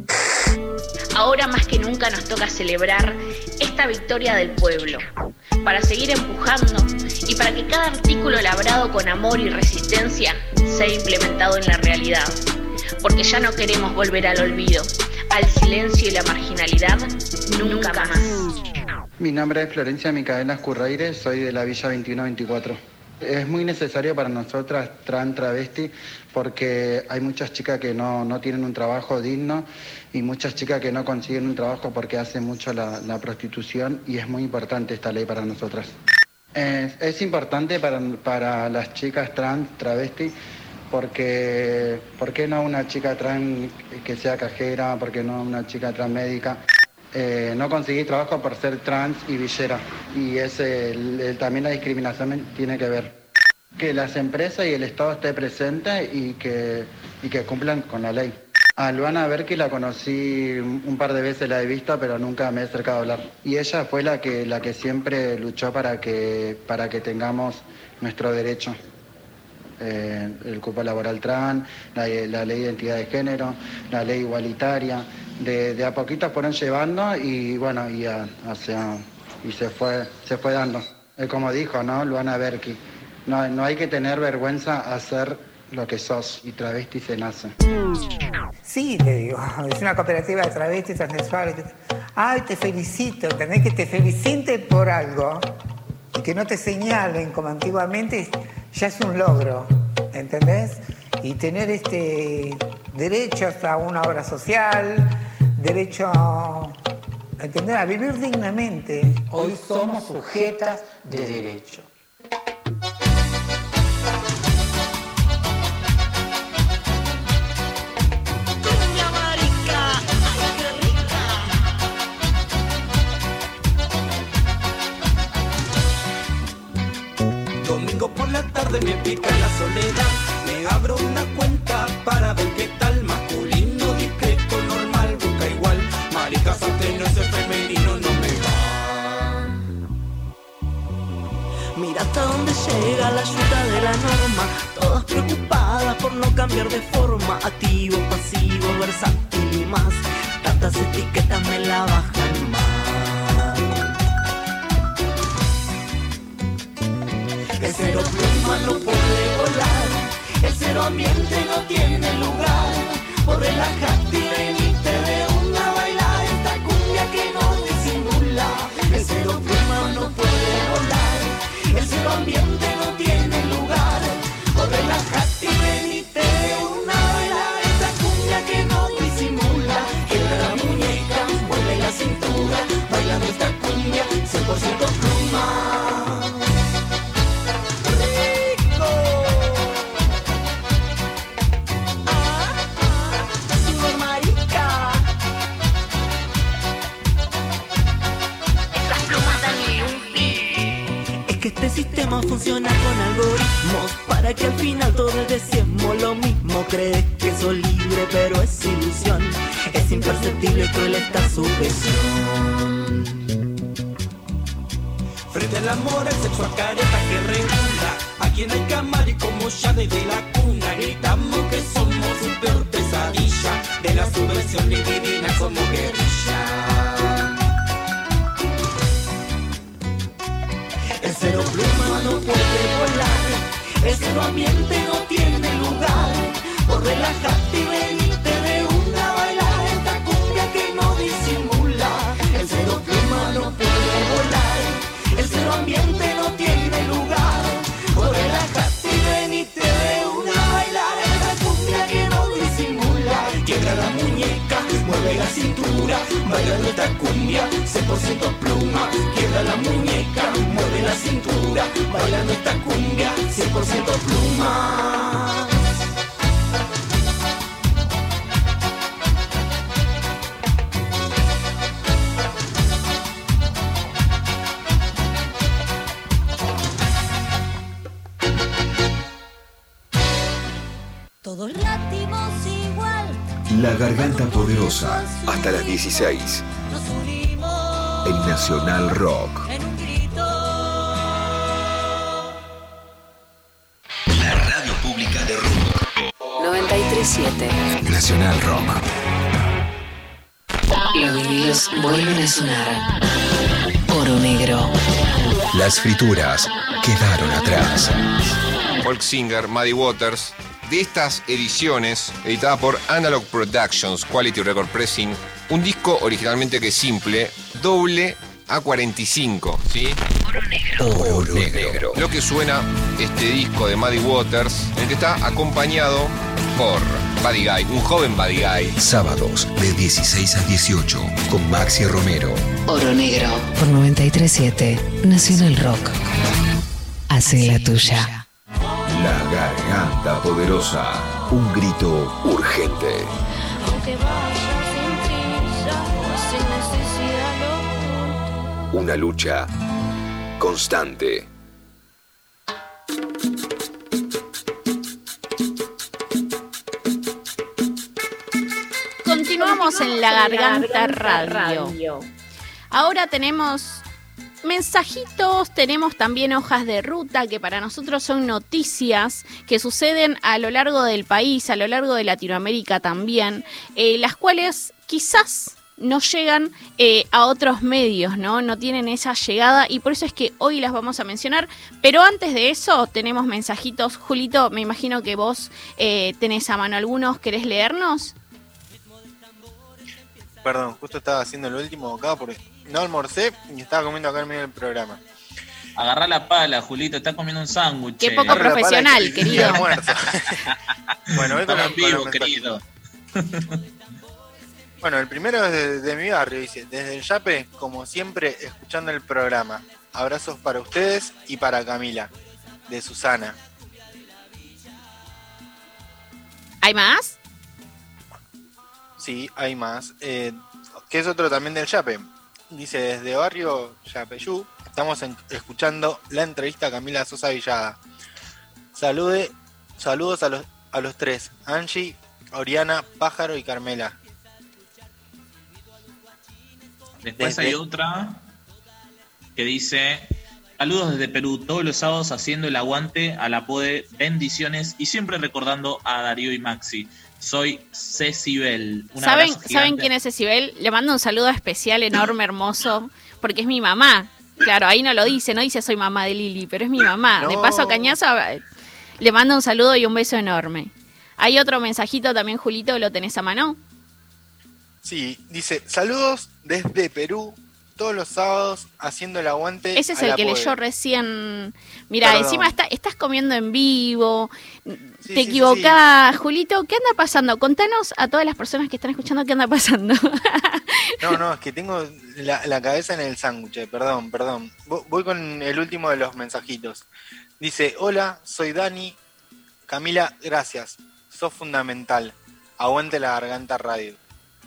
Ahora más que nunca nos toca celebrar esta victoria del pueblo, para seguir empujando y para que cada artículo labrado con amor y resistencia sea implementado en la realidad. Porque ya no queremos volver al olvido, al silencio y la marginalidad, nunca más. Mi nombre es Florencia Micaela Escurreire, soy de la Villa 2124. Es muy necesario para nosotras travesti porque hay muchas chicas que no tienen un trabajo digno y muchas chicas que no consiguen un trabajo porque hacen mucho la prostitución, y es muy importante esta ley para nosotras. Es importante para las chicas travesti porque ¿por qué no una chica trans que sea cajera? ¿Por qué no una chica trans médica? No conseguí trabajo por ser trans y villera, y también la discriminación tiene que ver. Que las empresas y el Estado esté presente y que cumplan con la ley. A Luana Berki la conocí un par de veces, la he visto, pero nunca me he acercado a hablar. Y ella fue la que siempre luchó para que tengamos nuestro derecho. El cupo laboral trans, la ley de identidad de género, la ley igualitaria. De a poquito fueron llevando y bueno, y se fue dando. Como dijo, ¿no? Luana Berki, no hay que tener vergüenza a hacer lo que sos, y travesti se nace. Sí, te digo, es una cooperativa de travestis, transexuales. Ay, te felicito, tenés que te feliciten por algo y que no te señalen como antiguamente ya es un logro, ¿entendés? Y tener derechos a una obra social, derecho ¿entendés? A vivir dignamente. Hoy somos sujetas de derecho. Domingo por la tarde me pica la soledad, me abro una cuenta para ver qué tal, masculino, discreto, normal, busca igual, maricas ante no ese femenino no me va. Mira hasta dónde llega la ayuda de la norma, todas preocupadas por no cambiar de forma, activo, pasivo, versátil y más, tantas etiquetas me la bajan más. El cero pluma no puede volar, el cero ambiente no tiene lugar. Por relajarte y venirte de una bailar esta cumbia que nos disimula. El cero pluma no puede volar, el cero ambiente no tiene lugar. Por relajarte y venirte que este sistema funciona con algoritmos para que al final todos deseemos lo mismo. Crees que sos libre pero es ilusión, es imperceptible y cruel esta sujeción. Frente al amor, el sexo a careta que regula. Aquí en el camar y como ya desde la cuna gritamos que somos su peor pesadilla. De la subversión dividina somos guerrilla. El cero pluma no puede volar, el cero ambiente no tiene lugar. Por relajarte y venirte de una a bailar esta cumbia que no disimula. El cero pluma no puede volar, el cero ambiente no tiene lugar. Por relajarte y venirte de una a bailar esta cumbia que no disimula. Quiebra la muñeca, mueve la cintura, bailando esta cumbia 100% pluma. Quiebra la muñeca, mueve la cintura, bailando esta cumbia 100% pluma. Todos latimos igual. La Garganta Poderosa, hasta las 16. Nos unimos En Nacional Rock. en un grito. La radio pública de rock. 937. Nacional Rock. Los vinilos vuelven a sonar. Oro negro. Las frituras quedaron atrás. Folk singer Muddy Waters, de estas ediciones, editada por Analog Productions, Quality Record Pressing, un disco originalmente que es simple, doble A45, ¿sí? Oro negro. Lo que suena este disco de Muddy Waters, en el que está acompañado por Buddy Guy, un joven Buddy Guy. Sábados de 16 a 18 con Maxi Romero. Oro negro. Por 937. Nacional Rock. Hace la tuya. La Garganta Poderosa. Un grito urgente. Aunque vaya sin prisa o sin necesidad lo oculto. Una lucha constante. Continuamos en La Garganta Radio. Ahora tenemos mensajitos, tenemos también hojas de ruta que para nosotros son noticias que suceden a lo largo del país, a lo largo de Latinoamérica también, las cuales quizás no llegan a otros medios, ¿no? No tienen esa llegada y por eso es que hoy las vamos a mencionar. Pero antes de eso tenemos mensajitos. Julito, me imagino que vos tenés a mano algunos. ¿Querés leernos? Perdón, justo estaba haciendo el último bocado porque no almorcé y estaba comiendo acá en medio del programa. Agarrá la pala, Julito, está comiendo un sándwich. Qué poco profesional, querido. Bueno, voy con Estamos los vivos, mensajitos. querido. Bueno, el primero es de mi barrio, dice, desde el Yape, como siempre, escuchando el programa. Abrazos para ustedes y para Camila, de Susana. ¿Hay más? Sí, hay más. Que es otro también del Yape. Dice, desde barrio Yapeyú, estamos escuchando la entrevista a Camila Sosa Villada. Saludos a los tres, Angie, Oriana, Pájaro y Carmela. Después hay otra que dice: saludos desde Perú, todos los sábados haciendo el aguante a la PODE, bendiciones y siempre recordando a Darío y Maxi. Soy Cecibel. ¿Saben quién es Cecibel? Le mando un saludo especial, enorme, hermoso, porque es mi mamá. Claro, ahí no dice soy mamá de Lili, pero es mi mamá. No. De paso, Cañazo, le mando un saludo y un beso enorme. Hay otro mensajito también, Julito, ¿lo tenés a mano? Sí, dice, saludos desde Perú, todos los sábados haciendo el aguante. Ese es a el la que PODE. leyó recién. Mira, Perdón. encima estás comiendo en vivo, Sí, te equivocás. Julito, ¿qué anda pasando? Contanos a todas las personas que están escuchando qué anda pasando. No, es que tengo la cabeza en el sándwich, perdón. Voy con el último de los mensajitos. Dice, hola, soy Dani. Camila, gracias, sos fundamental. Aguante la Garganta Radio.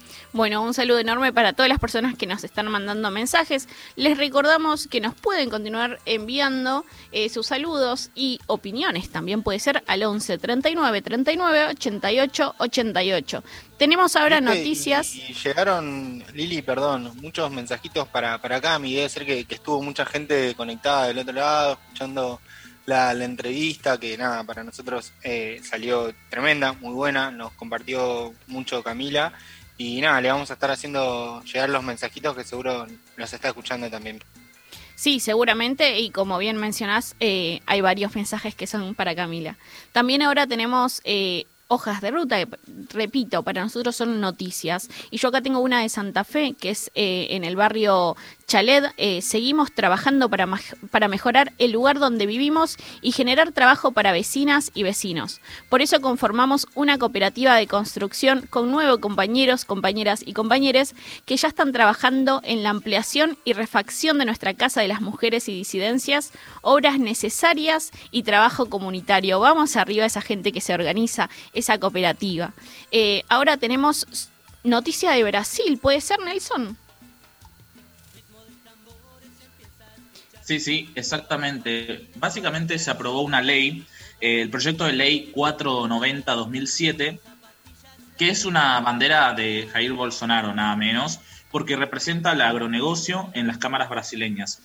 Bueno, un saludo enorme para todas las personas que nos están mandando mensajes. Les recordamos que nos pueden continuar enviando sus saludos y opiniones. También puede ser al 11 39 39 88 88. Tenemos ahora noticias. Y llegaron, Lili, perdón, muchos mensajitos para acá. Mi idea debe ser que estuvo mucha gente conectada del otro lado, escuchando la entrevista, que nada, para nosotros salió tremenda, muy buena. Nos compartió mucho Camila. Y nada, le vamos a estar haciendo llegar los mensajitos que seguro los está escuchando también. Sí, seguramente, y como bien mencionás, hay varios mensajes que son para Camila. También ahora tenemos hojas de ruta, que, repito, para nosotros son noticias. Y yo acá tengo una de Santa Fe, que es en el barrio Chalet. Seguimos trabajando para mejorar el lugar donde vivimos y generar trabajo para vecinas y vecinos. Por eso conformamos una cooperativa de construcción con 9 compañeros, compañeras y compañeres que ya están trabajando en la ampliación y refacción de nuestra Casa de las Mujeres y Disidencias, obras necesarias y trabajo comunitario. Vamos arriba a esa gente que se organiza, esa cooperativa. Ahora tenemos noticia de Brasil, ¿puede ser, Nelson? Sí, exactamente. Básicamente se aprobó una ley, el proyecto de ley 490-2007, que es una bandera de Jair Bolsonaro, nada menos, porque representa el agronegocio en las cámaras brasileñas.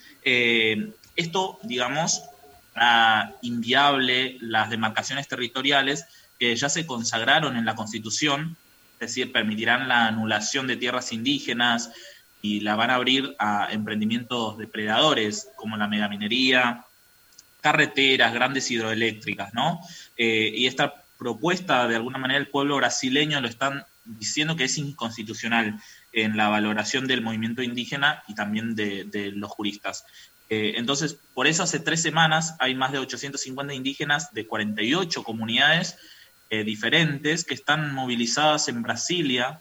Esto, digamos, hará inviable las demarcaciones territoriales que ya se consagraron en la Constitución, es decir, permitirán la anulación de tierras indígenas, y la van a abrir a emprendimientos depredadores como la megaminería, carreteras, grandes hidroeléctricas, ¿no? Y esta propuesta, de alguna manera, el pueblo brasileño lo están diciendo que es inconstitucional en la valoración del movimiento indígena y también de los juristas. Entonces, por eso hace 3 semanas hay más de 850 indígenas de 48 comunidades diferentes que están movilizadas en Brasilia.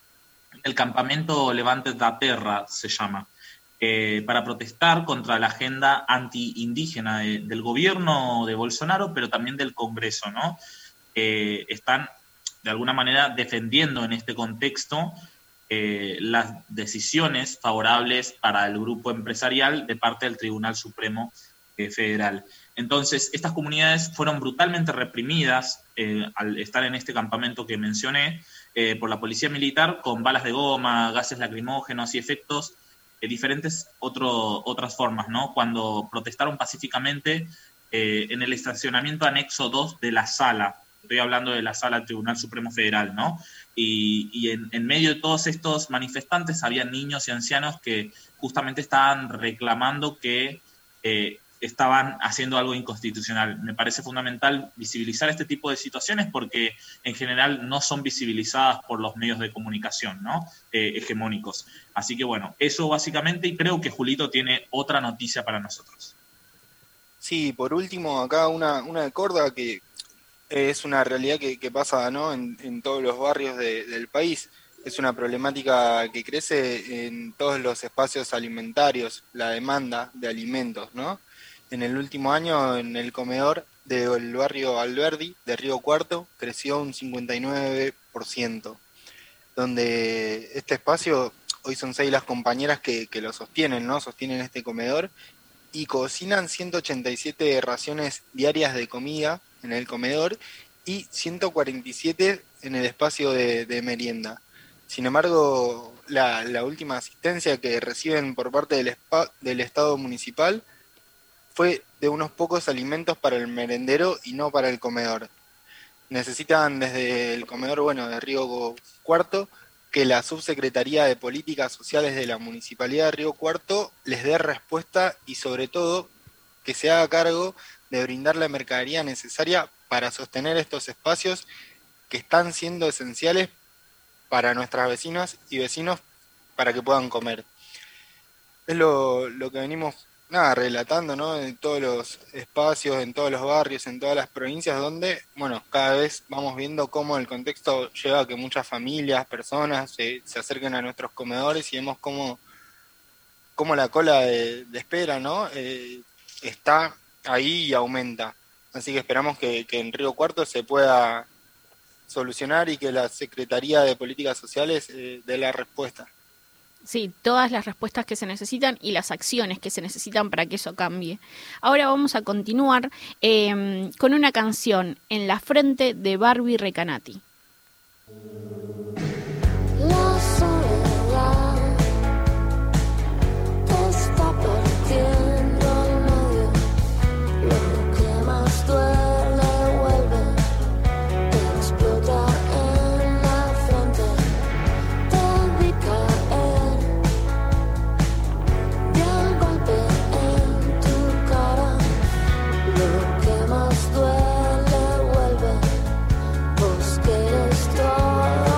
El campamento Levante da Terra se llama, para protestar contra la agenda anti-indígena del gobierno de Bolsonaro, pero también del Congreso, ¿no? Están, de alguna manera, defendiendo en este contexto las decisiones favorables para el grupo empresarial de parte del Tribunal Supremo Federal. Entonces, estas comunidades fueron brutalmente reprimidas al estar en este campamento que mencioné, por la policía militar, con balas de goma, gases lacrimógenos y efectos diferentes, otras formas, ¿no? Cuando protestaron pacíficamente en el estacionamiento anexo 2 de la sala, estoy hablando de la sala del Tribunal Supremo Federal, ¿no? Y en medio de todos estos manifestantes había niños y ancianos que justamente estaban reclamando que estaban haciendo algo inconstitucional. Me parece fundamental visibilizar este tipo de situaciones porque en general no son visibilizadas por los medios de comunicación, ¿no? Hegemónicos. Así que bueno, eso básicamente, y creo que Julito tiene otra noticia para nosotros. Sí, por último, acá una de Córdoba que es una realidad que pasa, ¿no? en todos los barrios del país. Es una problemática que crece en todos los espacios alimentarios, la demanda de alimentos, ¿no? En el último año, en el comedor del barrio Alberdi, de Río Cuarto, creció un 59%, donde este espacio, hoy son 6 las compañeras que lo sostienen, ¿no? Sostienen este comedor, y cocinan 187 raciones diarias de comida en el comedor, y 147 en el espacio de merienda. Sin embargo, la última asistencia que reciben por parte del Estado municipal fue de unos pocos alimentos para el merendero y no para el comedor. Necesitan desde el comedor, de Río Cuarto, que la Subsecretaría de Políticas Sociales de la Municipalidad de Río Cuarto les dé respuesta y sobre todo que se haga cargo de brindar la mercadería necesaria para sostener estos espacios que están siendo esenciales para nuestras vecinas y vecinos para que puedan comer. Es lo que venimos relatando, ¿no? En todos los espacios, en todos los barrios, en todas las provincias, donde, cada vez vamos viendo cómo el contexto lleva a que muchas familias, personas se acerquen a nuestros comedores y vemos cómo la cola de espera, ¿no? Está ahí y aumenta. Así que esperamos que en Río Cuarto se pueda solucionar y que la Secretaría de Políticas Sociales dé la respuesta. Sí, todas las respuestas que se necesitan y las acciones que se necesitan para que eso cambie. Ahora vamos a continuar con una canción, En la frente, de Barbie Recanati. La soledad te está partiendo al medio. Lo que más duele vuelve, te explota en la frente. Te vi caer de un golpe en tu cara. Lo que más duele vuelve, vos querés todo.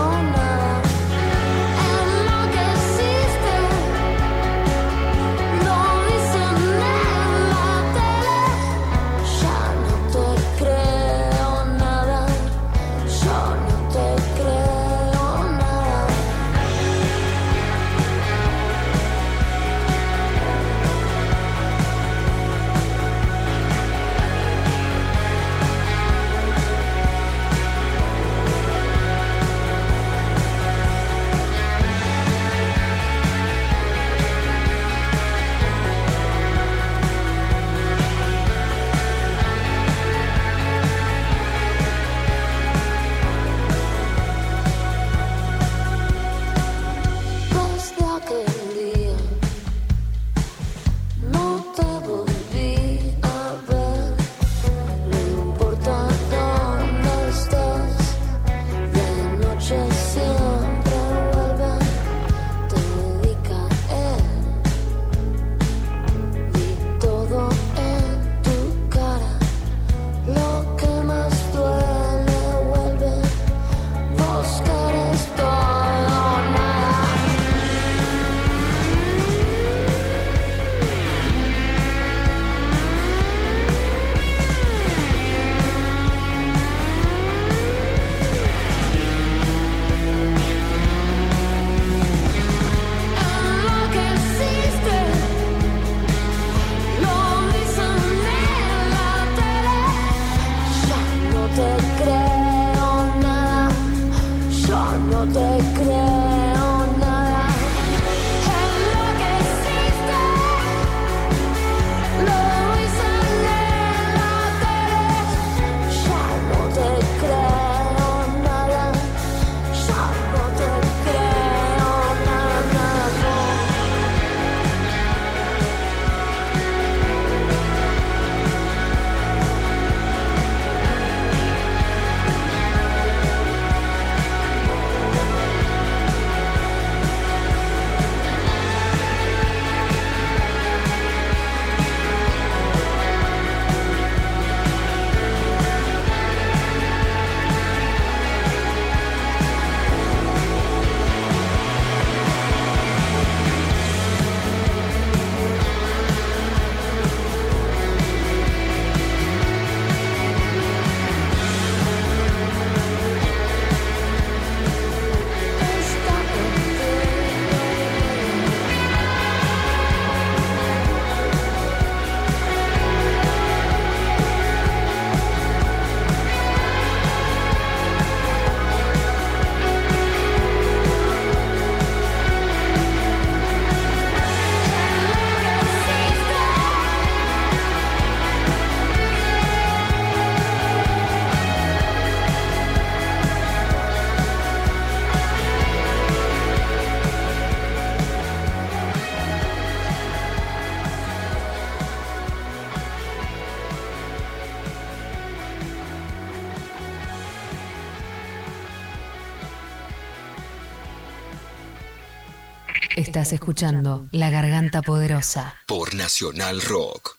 Estás escuchando La Garganta Poderosa por Nacional Rock.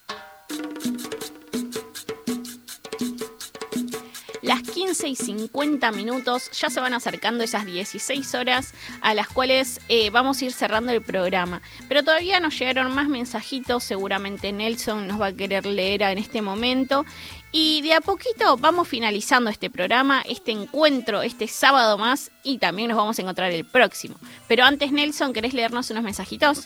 Las 15:50, ya se van acercando esas 16 horas a las cuales vamos a ir cerrando el programa. Pero todavía nos llegaron más mensajitos, seguramente Nelson nos va a querer leer en este momento. Y de a poquito vamos finalizando este programa, este encuentro, este sábado más, y también nos vamos a encontrar el próximo. Pero antes, Nelson, ¿querés leernos unos mensajitos?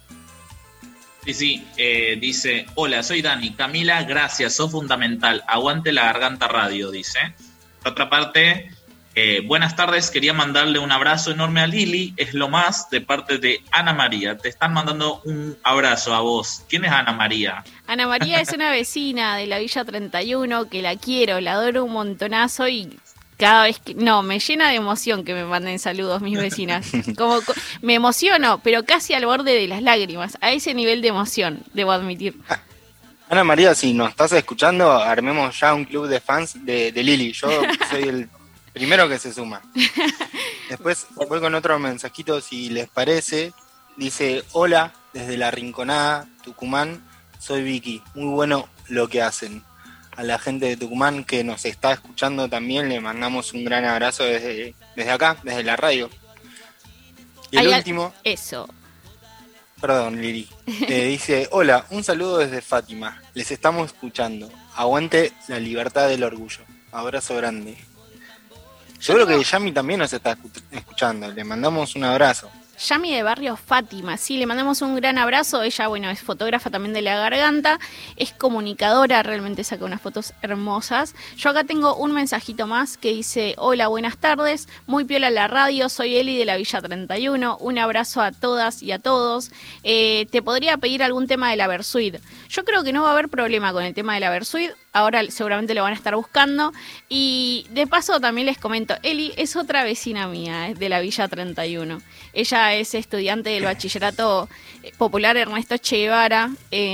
Sí, dice, hola, soy Dani. Camila, gracias, sos fundamental. Aguante La Garganta Radio, dice. Por otra parte, buenas tardes, quería mandarle un abrazo enorme a Lili, es lo más, de parte de Ana María. Te están mandando un abrazo a vos. ¿Quién es Ana María? Ana María es una vecina de la Villa 31 que la quiero, la adoro un montonazo y cada vez que... No, me llena de emoción que me manden saludos mis vecinas. Me emociono, pero casi al borde de las lágrimas. A ese nivel de emoción, debo admitir. Ana María, si nos estás escuchando, armemos ya un club de fans de Lili. Yo soy el primero que se suma. Después voy con otro mensajito, si les parece. Dice, hola, desde La Rinconada, Tucumán, soy Vicky. Muy bueno lo que hacen. A la gente de Tucumán que nos está escuchando también le mandamos un gran abrazo desde acá, desde la radio. Y el último... Eso. Perdón, Lili. Dice, hola, un saludo desde Fátima. Les estamos escuchando. Aguante la libertad del orgullo. Abrazo grande. Yo creo que Yami también nos está escuchando. Le mandamos un abrazo. Yami de Barrio Fátima, sí, le mandamos un gran abrazo. Ella, bueno, es fotógrafa también de La Garganta, es comunicadora, realmente saca unas fotos hermosas. Yo acá tengo un mensajito más que dice, hola, buenas tardes, muy piola la radio, soy Eli de la Villa 31, un abrazo a todas y a todos. Te podría pedir algún tema de la Versuit. Yo creo que no va a haber problema con el tema de la Versuit. Ahora seguramente lo van a estar buscando. Y de paso también les comento, Eli es otra vecina mía, es de la Villa 31. Ella es estudiante del Bachillerato Popular Ernesto Che Guevara.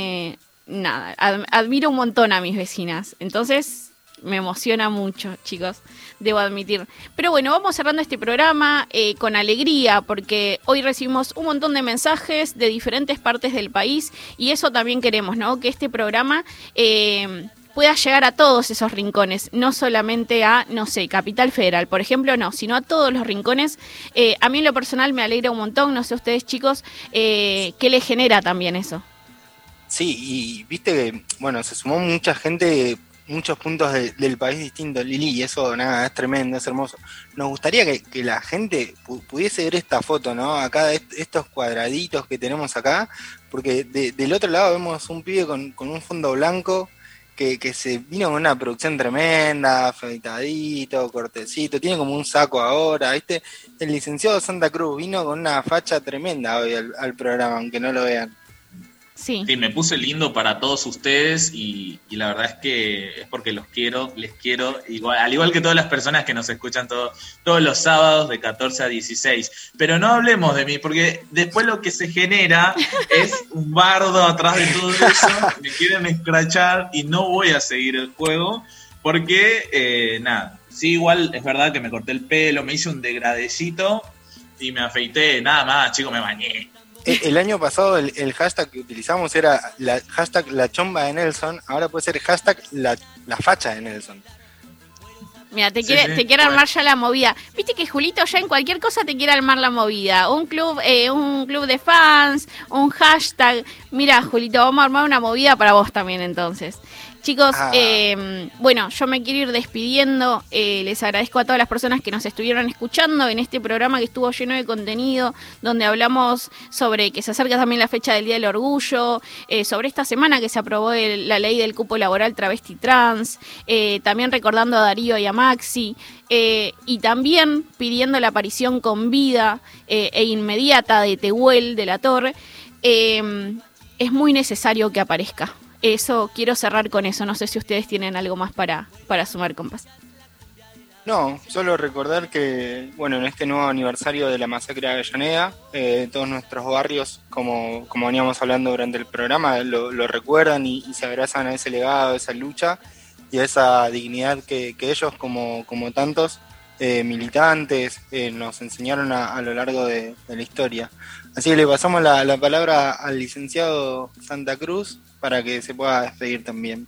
Admiro un montón a mis vecinas. Entonces me emociona mucho, chicos, debo admitir. Pero bueno, vamos cerrando este programa con alegría, porque hoy recibimos un montón de mensajes de diferentes partes del país. Y eso también queremos, ¿no? Que este programa... pueda llegar a todos esos rincones, no solamente a, no sé, Capital Federal, por ejemplo, no, sino a todos los rincones. A mí en lo personal me alegra un montón, no sé ustedes chicos, ¿qué les genera también eso? Sí, y viste que, bueno, se sumó mucha gente, muchos puntos del país distintos, Lili, y eso, nada, es tremendo, es hermoso. Nos gustaría que la gente pudiese ver esta foto, ¿no? Acá, estos cuadraditos que tenemos acá, porque del otro lado vemos un pibe con un fondo blanco, que se vino con una producción tremenda, afeitadito, cortecito, tiene como un saco ahora, ¿viste? El licenciado Santa Cruz vino con una facha tremenda hoy al programa, aunque no lo vean. Sí, me puse lindo para todos ustedes y la verdad es que es porque les quiero, igual, al igual que todas las personas que nos escuchan todos los sábados de 14 a 16. Pero no hablemos de mí, porque después lo que se genera es un bardo atrás de todo eso, me quieren escrachar y no voy a seguir el juego, porque, sí, igual es verdad que me corté el pelo, me hice un degradecito y me afeité, nada más, chicos, me bañé. El año pasado el hashtag que utilizamos era hashtag la chomba de Nelson, ahora puede ser hashtag la facha de Nelson. Mira, te quiere armar ya la movida. Viste que Julito ya en cualquier cosa te quiere armar la movida. Un club de fans, un hashtag. Mira, Julito, vamos a armar una movida para vos también entonces. Chicos, bueno, yo me quiero ir despidiendo. Les agradezco a todas las personas que nos estuvieron escuchando en este programa que estuvo lleno de contenido, donde hablamos sobre que se acerca también la fecha del Día del Orgullo, sobre esta semana que se aprobó la ley del cupo laboral travesti trans, también recordando a Darío y a Maxi, y también pidiendo la aparición con vida e inmediata de Tehuel de la Torre. Es muy necesario que aparezca. Eso, quiero cerrar con eso. No sé si ustedes tienen algo más para sumar, compas. No, solo recordar que, bueno, en este nuevo aniversario de la masacre de Avellaneda, todos nuestros barrios, como veníamos hablando durante el programa, lo recuerdan y se abrazan a ese legado, a esa lucha y a esa dignidad que ellos, como tantos militantes, nos enseñaron a lo largo de la historia. Así que le pasamos la palabra al licenciado Santa Cruz para que se pueda despedir también.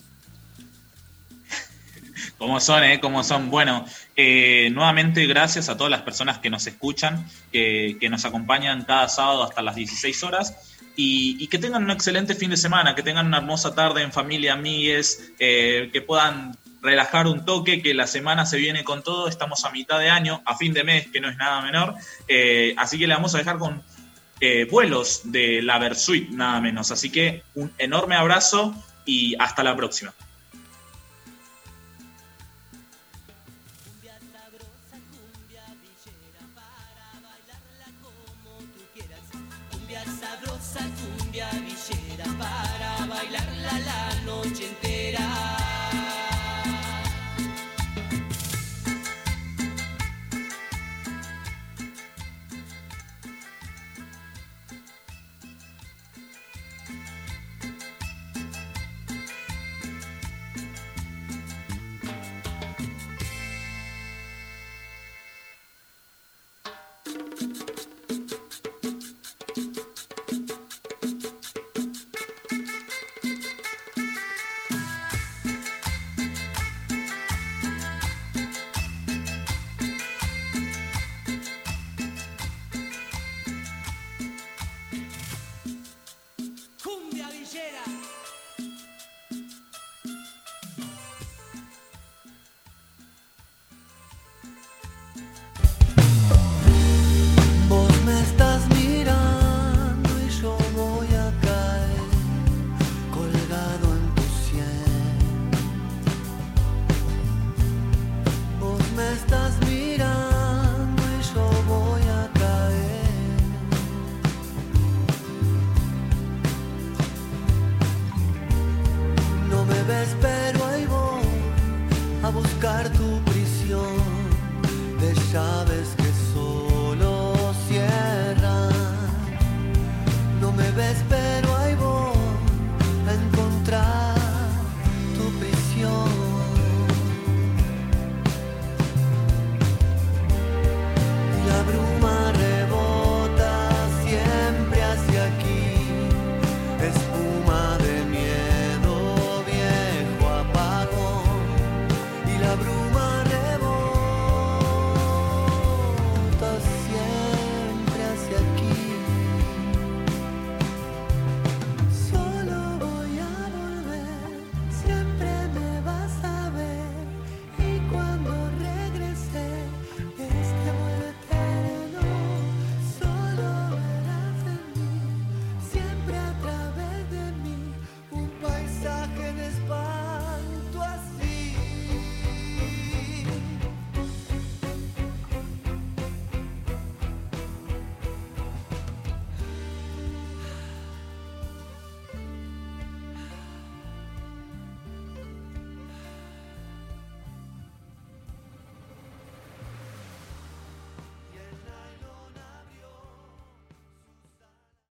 ¿Cómo son? Bueno, nuevamente gracias a todas las personas que nos escuchan, que nos acompañan cada sábado hasta las 16 horas y que tengan un excelente fin de semana, que tengan una hermosa tarde en familia, amigues, que puedan relajar un toque, que la semana se viene con todo. Estamos a mitad de año, a fin de mes, que no es nada menor, así que le vamos a dejar con vuelos de la Versuit, nada menos. Así que un enorme abrazo y hasta la próxima. noche entera.